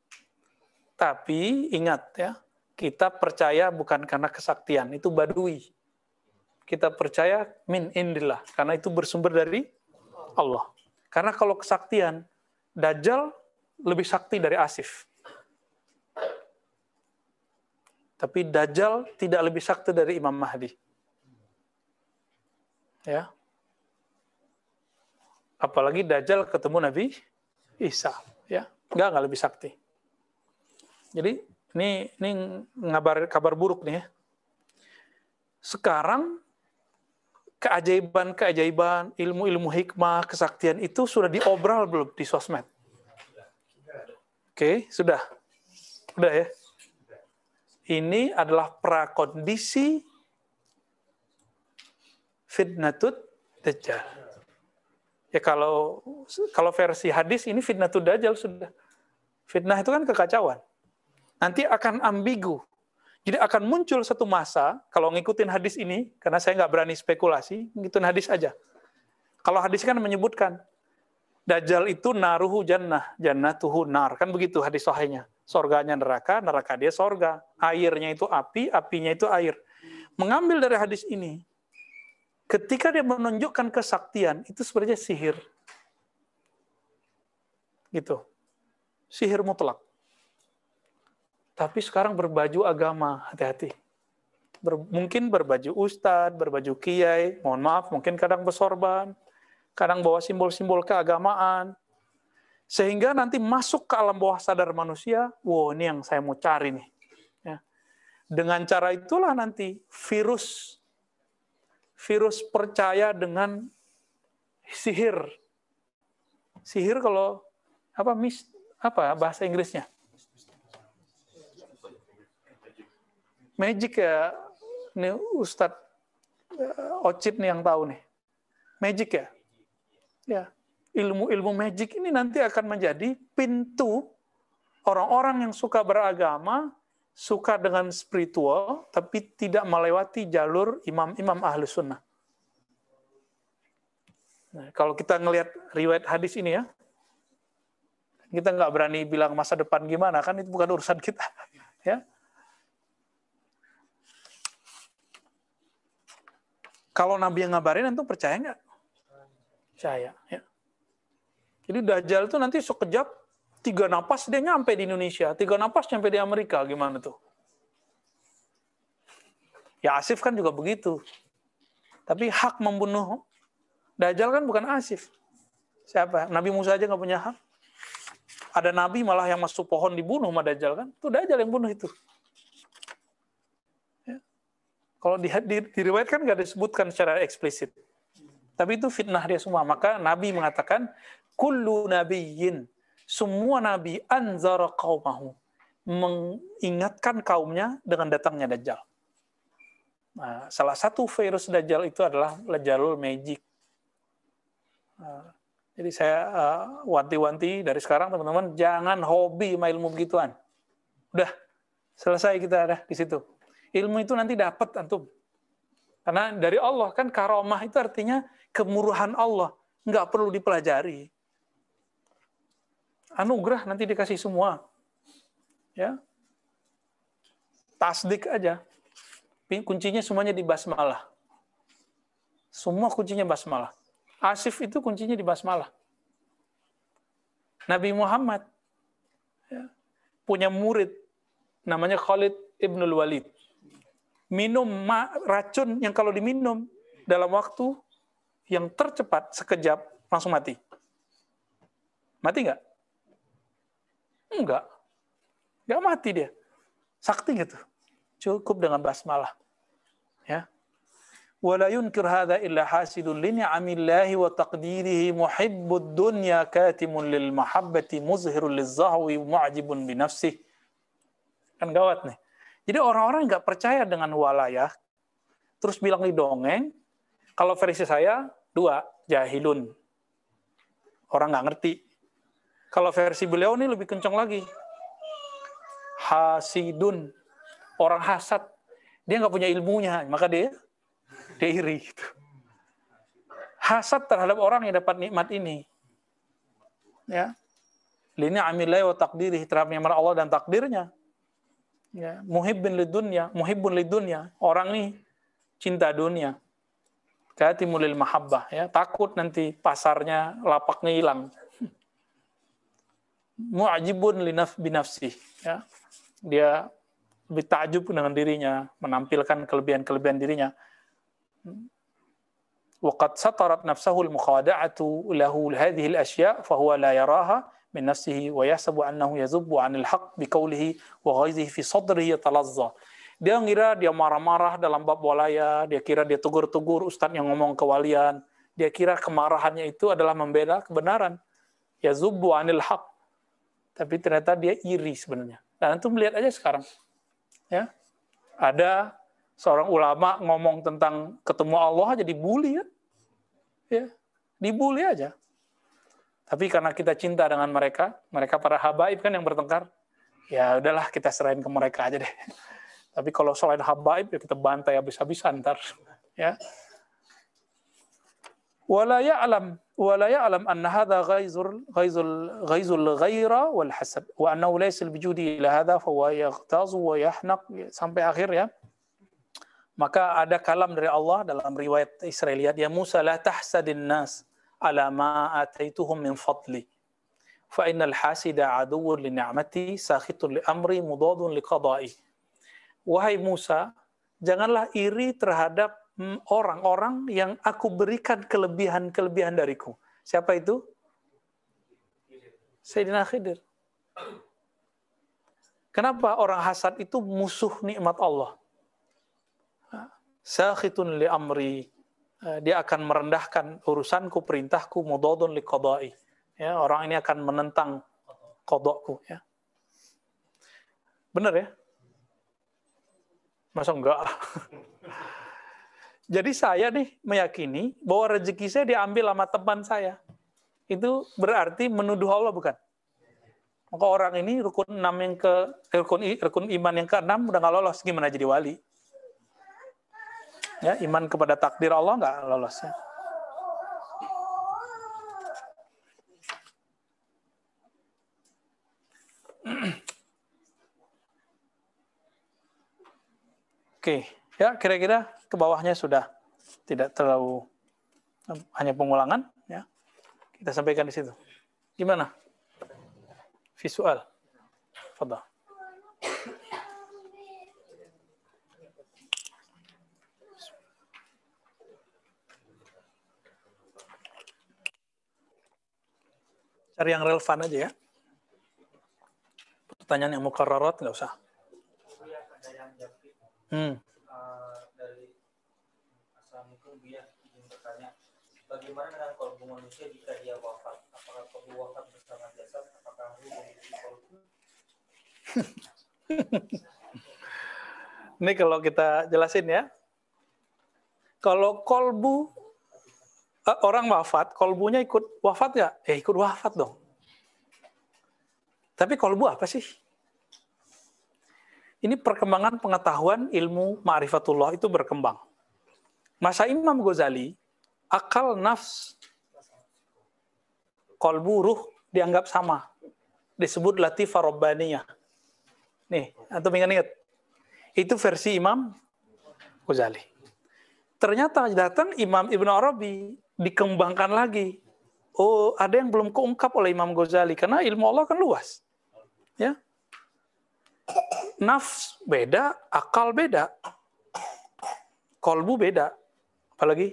Tapi ingat ya, kita percaya bukan karena kesaktian, itu badui. Kita percaya min indillah, karena itu bersumber dari Allah. Karena kalau kesaktian, Dajjal lebih sakti dari Asif. Tapi Dajjal tidak lebih sakti dari Imam Mahdi. Ya. Apalagi Dajjal ketemu Nabi Isa, ya. Enggak lebih sakti. Jadi ini kabar buruk nih ya. Sekarang keajaiban, ilmu-ilmu hikmah, kesaktian itu sudah diobral belum di sosmed? Oke, sudah. Sudah ya. Ini adalah prakondisi fitnatut dajjal. Ya kalau versi hadis ini fitnatut dajjal sudah. Fitnah itu kan kekacauan. Nanti akan ambigu. Jadi akan muncul satu masa, kalau ngikutin hadis ini, karena saya nggak berani spekulasi, ngikutin hadis aja. Kalau hadis kan menyebutkan, Dajjal itu naruhu jannah, jannatuhu nar. Kan begitu hadis sahihnya. Sorganya neraka, neraka dia sorga. Airnya itu api, apinya itu air. Mengambil dari hadis ini, ketika dia menunjukkan kesaktian, itu sebenarnya sihir. Gitu. Sihir mutlak. Tapi sekarang berbaju agama, hati-hati. Mungkin berbaju ustadz, berbaju kiai, mohon maaf, mungkin kadang bersorban, kadang bawa simbol-simbol keagamaan, sehingga nanti masuk ke alam bawah sadar manusia, wow ini yang saya mau cari nih. Ya. Dengan cara itulah nanti virus percaya dengan sihir. Sihir kalau apa bahasa Inggrisnya? Magic ya, ini Ustadz Ocit nih yang tahu nih. Magic ya? Ya, ilmu magic ini nanti akan menjadi pintu orang-orang yang suka beragama, suka dengan spiritual, tapi tidak melewati jalur imam-imam Ahlus Sunnah. Nah, kalau kita ngelihat riwayat hadis ini ya, kita nggak berani bilang masa depan gimana, kan itu bukan urusan kita. Ya. Kalau Nabi yang ngabarin, antum percaya nggak? Percaya. Ya. Jadi Dajjal itu nanti sekejap, 3 napas dia nyampe di Indonesia, 3 napas nyampe di Amerika, gimana tuh? Ya Asif kan juga begitu. Tapi hak membunuh Dajjal kan bukan Asif. Siapa? Nabi Musa aja nggak punya hak. Ada Nabi malah yang masuk pohon dibunuh sama Dajjal kan? Itu Dajjal yang bunuh itu. Kalau diriwayatkan nggak disebutkan secara eksplisit. Tapi itu fitnah dia semua. Maka Nabi mengatakan, kullu nabiyyin, semua Nabi anzara qaumahu, mengingatkan kaumnya dengan datangnya Dajjal. Nah, salah satu virus Dajjal itu adalah Dajjalul magic. Jadi saya wanti-wanti dari sekarang teman-teman, jangan hobi sama ilmu begituan. Udah, selesai kita ada di situ. Ilmu itu nanti dapat antum. Karena dari Allah kan karomah itu artinya kemurahan Allah, nggak perlu dipelajari. Anugerah nanti dikasih semua, ya. Tasdik aja. Kuncinya semuanya di basmalah. Semua kuncinya basmalah. Asif itu kuncinya di basmalah. Nabi Muhammad ya, punya murid namanya Khalid ibnul Walid. Minum racun yang kalau diminum dalam waktu yang tercepat sekejap langsung mati. Mati nggak? Enggak. Nggak mati dia. Sakti gitu. Cukup dengan basmalah. Ya. Wala yunkir hadza illa hasidun li ni'amillahi wa taqdirihi muhibbud dunya katimun lil mahabbati muzhirul lizahwi mu'jibun bi nafsihi. Kan gawat nih. Jadi orang-orang nggak percaya dengan walayah, terus bilang di dongeng, kalau versi saya, 2, jahilun. Orang nggak ngerti. Kalau versi beliau ini lebih kencang lagi. Hasidun. Orang hasad. Dia nggak punya ilmunya, maka dia iri. Gitu. Hasad terhadap orang yang dapat nikmat ini. Ya. Lini amilai wa takdirih, terhadap nikmat Allah dan takdirnya. Ya, muhibbun lidunya. Orang nih cinta dunia. Katimul lil mahabbah, ya, takut nanti pasarnya, lapaknya hilang. Mu'jibun binafsih, ya. Dia lebih takjub dengan dirinya, menampilkan kelebihan-kelebihan dirinya. Waqad satarat nafsahu al-mukhada'atu lahu hadhihi al-ashya' fa huwa la yaraha min nafsihi wa yahsabu annahu yazubbu 'anil haqq bi qawlihi wa ghaizihi fi sadrihi yatalazza. Dia ngira dia marah-marah dalam bab walaya, dia kira dia tegur-tegur ustaz yang ngomong kewalian, dia kira kemarahannya itu adalah membela kebenaran. Yazubbu 'anil haqq. Tapi ternyata dia iri sebenarnya. Dan antum melihat aja sekarang. Ya. Ada seorang ulama ngomong tentang ketemu Allah aja dibully ya. Ya, dibully aja. Tapi karena kita cinta dengan mereka para habaib kan yang bertengkar, ya udahlah kita serahin ke mereka aja deh. Tapi kalau selain habaib ya kita bantai habis-habisan ntar. Ya. Wala ya'lam anna hadha ghaizul ghaira wal hasad wa annahu laysa bijudi ila hadha fa huwa yaghtazu wa yahnaq sampai akhir ya. Maka ada kalam dari Allah dalam riwayat Israiliyat, ya Musa la tahsadin nas ala ma ataituhum min fadli fa innal hasida aduwwun li ni'mati sakhitun li amri mudadun li qada'i. Wahai Musa, janganlah iri terhadap orang-orang yang aku berikan kelebihan-kelebihan dariku. Siapa itu? Sayyidina Khidir. Kenapa orang hasad itu musuh nikmat Allah? Sakhitun li amri, dia akan merendahkan urusanku, perintahku, mudadun li qada'i. Ya, orang ini akan menentang qada'ku, ya. Benar ya? Masa enggak? Jadi saya nih meyakini bahwa rezeki saya diambil sama teman saya. Itu berarti menuduh Allah, bukan? Maka orang ini rukun iman yang ke-6 udah nggak lolos, gimana jadi wali? Ya, iman kepada takdir Allah nggak lolos ya. Oke, ya kira-kira ke bawahnya sudah tidak terlalu hanya pengulangan ya. Kita sampaikan di situ. Gimana? Visual. Fadhal. Cari yang relevan aja ya. Pertanyaan yang mukarrarat nggak usah. Dari Assalamualaikum, dia ingin bertanya, bagaimana dengan kolbu manusia jika dia wafat? Apakah kolbu wafat bersama jasad? Apakah ruh memiliki kolbu? Ini kalau kita jelasin ya. Kalau kolbu orang wafat, kolbunya ikut wafat nggak? Ikut wafat dong. Tapi kolbu apa sih? Ini perkembangan pengetahuan ilmu ma'rifatullah itu berkembang. Masa Imam Ghazali, akal, nafs, qalbu, ruh dianggap sama. Disebut latifah rabbaniyah. Nih, antum ingat-ingat. Itu versi Imam Ghazali. Ternyata datang Imam Ibn Arabi, dikembangkan lagi. Oh, ada yang belum keungkap oleh Imam Ghazali, karena ilmu Allah kan luas. Ya. Nafs beda, akal beda. Kolbu beda. Apalagi?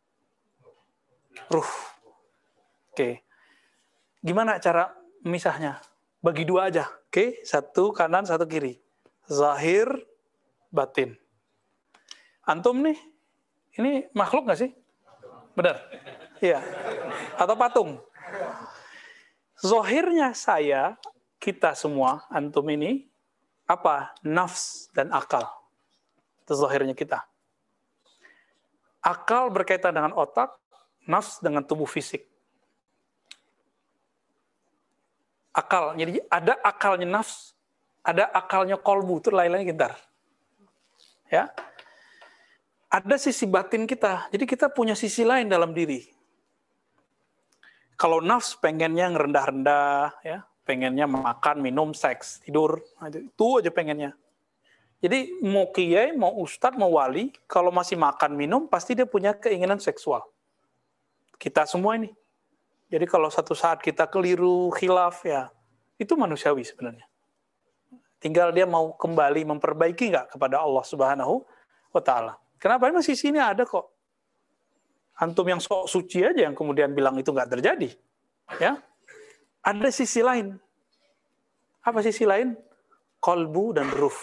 Ruh. Oke. Gimana cara memisahnya? Bagi dua aja. Oke, satu kanan, satu kiri. Zahir, batin. Antum nih, ini makhluk nggak sih? Benar? Iya. Atau patung? Zahirnya saya, kita semua, antum ini, apa? Nafs dan akal. Itu zahirnya kita. Akal berkaitan dengan otak, nafs dengan tubuh fisik. Akal, jadi ada akalnya nafs, ada akalnya kolbu, itu lain-lain gentar. Ya, ada sisi batin kita, jadi kita punya sisi lain dalam diri. Kalau nafs pengennya ngerendah-rendah, ya, pengennya makan, minum, seks, tidur, itu aja pengennya. Jadi mau kiai, mau ustadz, mau wali, kalau masih makan, minum, pasti dia punya keinginan seksual. Kita semua ini. Jadi kalau satu saat kita keliru, khilaf, ya itu manusiawi sebenarnya. Tinggal dia mau kembali memperbaiki nggak kepada Allah Subhanahu wa Ta'ala. Kenapa? Emang sisi ini ada kok. Antum yang sok suci aja yang kemudian bilang itu nggak terjadi. Ya, ada sisi lain. Apa sisi lain? Kolbu dan ruh.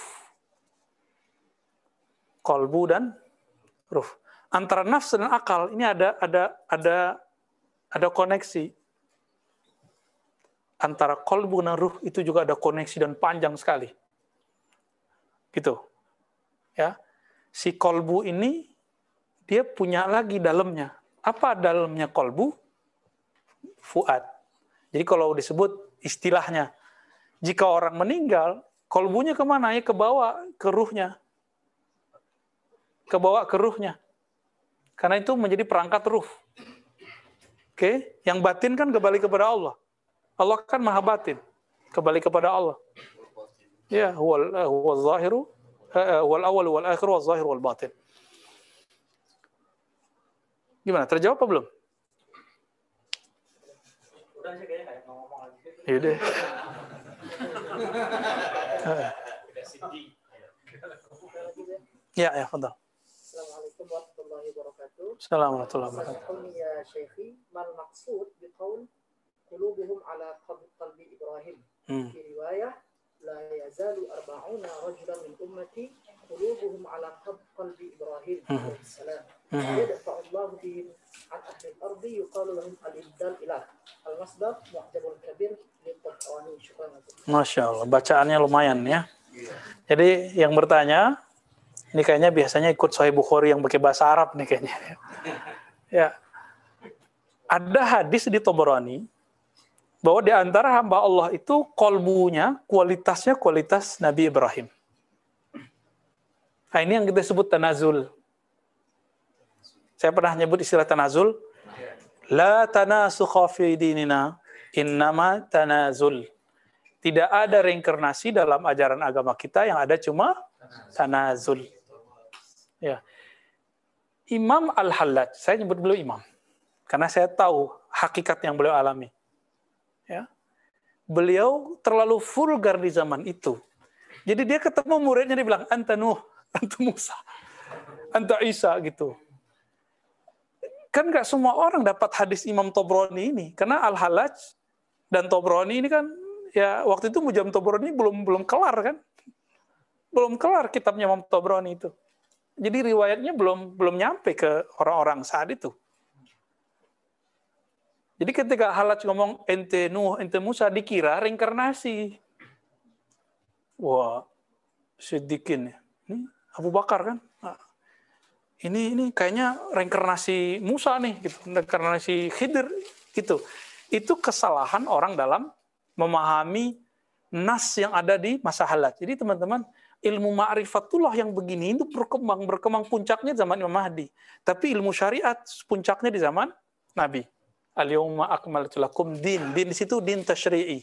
Kolbu dan ruh. Antara nafs dan akal ini ada koneksi. Antara kolbu dan ruh itu juga ada koneksi dan panjang sekali. Gitu. Ya. Si kolbu ini dia punya lagi dalamnya. Apa dalamnya kolbu? Fuad. Jadi kalau disebut istilahnya, jika orang meninggal, kolbunya kemana? Ya ke bawah, ke ruhnya. Ke bawah ke ruhnya. Karena itu menjadi perangkat ruh. Oke, yang batin kan kembali kepada Allah. Allah kan maha batin, kembali kepada Allah. Ya, huwal zahiru, huwal awal wal akhir wal zahir wal batin. Gimana? Terjawab apa belum? Udah sih kayaknya kayak ngomong lagi. Yaudah. Ya, fadhal. Assalamualaikum warahmatullahi wabarakatuh. Assalamualaikum warahmatullahi wabarakatuh. Assalamualaikum ya Syekhi, mal maqsud biqaul qulubuhum ala qalbi Ibrahim. Fi riwayah la yazalu arba'una rajulan min ummati qulubuhum ala qalbi Ibrahim alaihi salam. Yadfa'u Allah bihim an ahli al-ardi yuqalu lahum al-ibdal ilah. Al-masdar mu'jamul kabir li-Tabrani. Syukran. Masya Allah, bacaannya lumayan ya. Jadi yang bertanya, ini kayaknya biasanya ikut Sahih Bukhari yang pakai bahasa Arab nih kayaknya. Ya. Ada hadis di Tabrani bahwa di antara hamba Allah itu kolbunya, kualitasnya kualitas Nabi Ibrahim. Nah, ini yang kita sebut tanazul. Saya pernah nyebut istilah tanazul. La tanasukha fi dinina, innama tanazul. Tidak ada reinkarnasi dalam ajaran agama kita, yang ada cuma tanazul. Ya. Imam Al-Hallaj, saya nyebut beliau imam karena saya tahu hakikat yang beliau alami. Ya. Beliau terlalu vulgar di zaman itu. Jadi dia ketemu muridnya, dia bilang, anta Nuh, anta Musa, anta Isa gitu. Kan nggak semua orang dapat hadis Imam Tabrani ini, karena Al-Hallaj dan Tabrani ini kan, ya waktu itu Mujam Tabrani belum kelar kan, belum kelar kitabnya Imam Tabrani itu. Jadi riwayatnya belum nyampe ke orang-orang saat itu. Jadi ketika Hallaj ngomong ente Nuh, ente Musa, dikira reinkarnasi. Wah, sedikit nih. Ini Abu Bakar kan? Nah, ini kayaknya reinkarnasi Musa nih, gitu. Reinkarnasi Khidir gitu. Itu kesalahan orang dalam memahami nas yang ada di masa Hallaj. Jadi teman-teman, ilmu ma'rifatullah yang begini itu berkembang puncaknya zaman Imam Mahdi. Tapi ilmu syariat puncaknya di zaman Nabi. Al-yawma akmaltu lakum din. Din di situ din tasyri'i.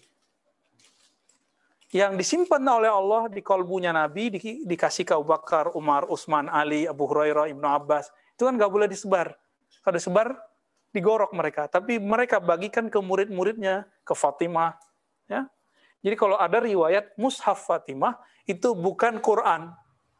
Yang disimpan oleh Allah di kolbunya Nabi, dikasih ke Abu Bakar, Umar, Utsman, Ali, Abu Hurairah, Ibnu Abbas. Itu kan nggak boleh disebar. Kalau disebar, digorok mereka. Tapi mereka bagikan ke murid-muridnya, ke Fatimah. Ya. Jadi kalau ada riwayat Mushaf Fatimah, itu bukan Quran.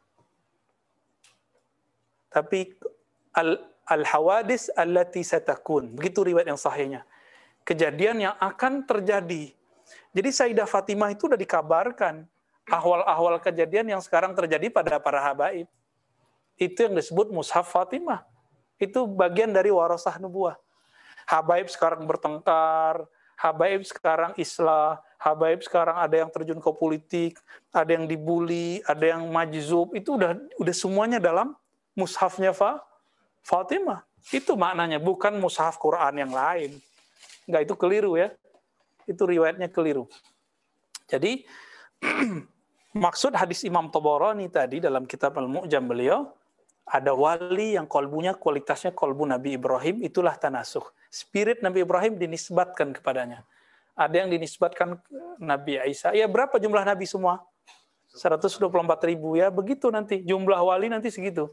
Tapi al-hawadis allati satakun. Begitu riwayat yang sahihnya. Kejadian yang akan terjadi. Jadi Sayyidah Fatimah itu sudah dikabarkan ahwal-ahwal kejadian yang sekarang terjadi pada para habaib. Itu yang disebut Mushaf Fatimah. Itu bagian dari warasah nubuah. Habaib sekarang bertengkar, habaib sekarang islah, habaib sekarang ada yang terjun ke politik, ada yang dibully, ada yang majzub, itu udah semuanya dalam mushafnya Fatimah. Itu maknanya, bukan mushaf Quran yang lain. Enggak, itu keliru ya. Itu riwayatnya keliru. Jadi maksud hadis Imam Tabarani tadi dalam kitab Al-Mu'jam beliau, ada wali yang kolbunya kualitasnya kolbu Nabi Ibrahim, itulah tanasuh. Spirit Nabi Ibrahim dinisbatkan kepadanya. Ada yang dinisbatkan Nabi Isa. Ya berapa jumlah Nabi semua? 124.000 ya. Begitu nanti. Jumlah wali nanti segitu.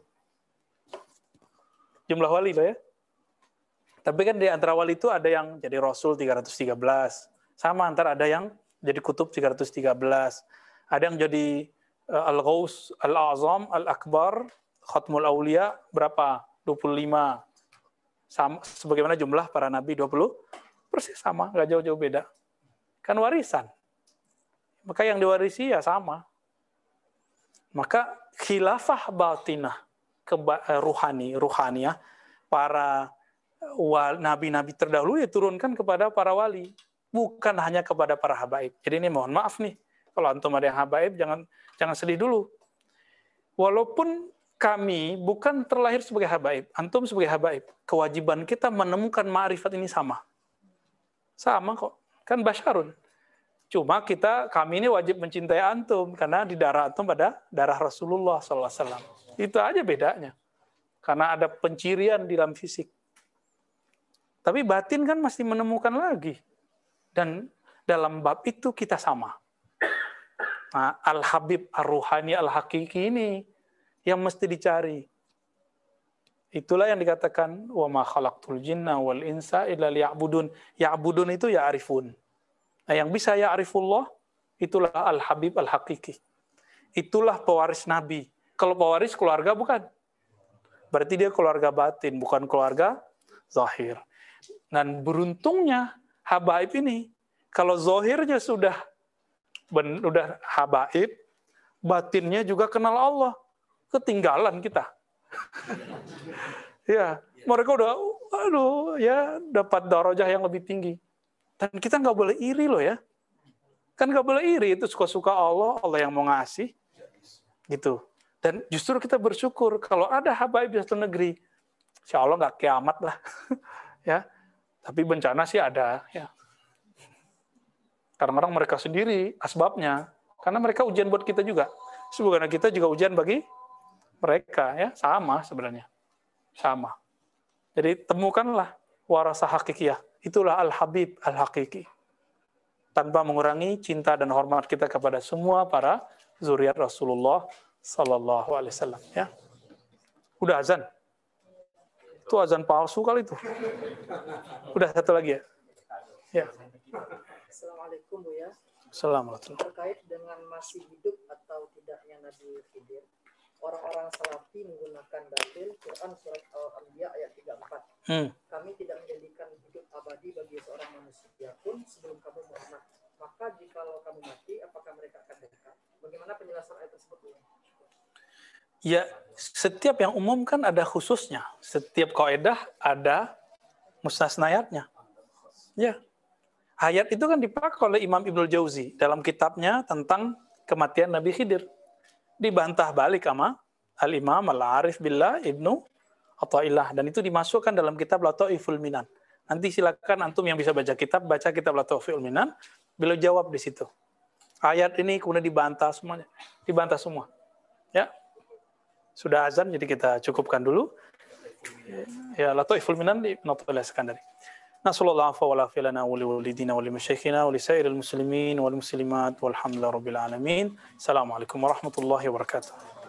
Jumlah wali loh ya. Tapi kan di antara wali itu ada yang jadi Rasul 313. Sama antara ada yang jadi Kutub 313. Ada yang jadi Al-Ghaus, Al-A'zam, Al-Akbar, Khatmul Aulia berapa? 25. Sama, sebagaimana jumlah para nabi 20. Persis sama, nggak jauh-jauh beda. Kan warisan. Maka yang diwarisi ya sama. Maka khilafah batinah, ruhaniyah, para nabi-nabi terdahulu diturunkan kepada para wali. Bukan hanya kepada para habaib. Jadi ini mohon maaf nih. Kalau antum ada yang habaib, jangan sedih dulu. Walaupun kami bukan terlahir sebagai habaib, antum sebagai habaib. Kewajiban kita menemukan ma'rifat ini sama. Sama kok. Kan basyarun. Cuma kami ini wajib mencintai antum, karena di darah antum pada darah Rasulullah SAW. Itu aja bedanya. Karena ada pencirian di dalam fisik. Tapi batin kan masih menemukan lagi. Dan dalam bab itu kita sama. Nah, Al-Habib Ar-Ruhani Al-Hakiki ini yang mesti dicari. Itulah yang dikatakan wa ma khalaqtul jinna wal insa illa liya'budun. Ya'budun itu ya'rifun. Nah, yang bisa ya'rifullah itulah Al-Habib Al-Hakiki. Itulah pewaris Nabi. Kalau pewaris keluarga bukan. Berarti dia keluarga batin, bukan keluarga zahir. Dan beruntungnya habaib ini, kalau zahirnya sudah habaib, batinnya juga kenal Allah. Ketinggalan kita. Ya, mereka udah dapat darajah yang lebih tinggi. Dan kita nggak boleh iri loh ya. Kan nggak boleh iri, itu suka-suka Allah yang mau ngasih. Gitu. Dan justru kita bersyukur kalau ada habaib di satu negeri. Insya Allah nggak kiamat lah. Ya. Tapi bencana sih ada. Ya. Kadang-kadang mereka sendiri asbabnya. Karena mereka ujian buat kita juga. Sebenarnya kita juga ujian bagi mereka, ya sama sebenarnya, sama. Jadi temukanlah warasah hakikiyah. Itulah Al-Habib Al-Hakiki. Tanpa mengurangi cinta dan hormat kita kepada semua para zuriat Rasulullah Sallallahu Alaihi Wasallam. Ya, udah azan. Itu azan palsu kali itu. Udah satu lagi ya. Ya. Assalamualaikum Bu ya. Assalamualaikum. Terkait dengan masih hidup atau tidaknya Nabi Khidir, orang-orang salafi menggunakan dalil Quran surat Al-Anbiya ayat 34. Kami tidak menjadikan hidup abadi bagi seorang manusia pun sebelum kamu Muhammad. Maka jikalau kamu mati, apakah mereka akan dekat? Bagaimana penjelasan ayat tersebut? Ya, setiap yang umum kan ada khususnya. Setiap kaidah ada mustasnayatnya. Ya. Ayat itu kan dipakai oleh Imam Ibnul Jauzi dalam kitabnya tentang kematian Nabi Khidir. Dibantah balik sama Al-Imam Al-Arif Billah Ibnu Athaillah, dan itu dimasukkan dalam kitab Lataiful Minan. Nanti silakan antum yang bisa baca kitab Lataiful Minan, beliau jawab di situ. Ayat ini kemudian dibantah semuanya, dibantah semua. Ya. Sudah azan, jadi kita cukupkan dulu. Ya, Lataiful Minan di Ibnu Athaillah Iskandari. Nasallallahu alaihi wa sallam lana wa liwalidina wa limasyayikhina wa lisairil muslimin wal muslimat walhamdulillahi rabbil alamin. Assalamualaikum warahmatullahi wabarakatuh.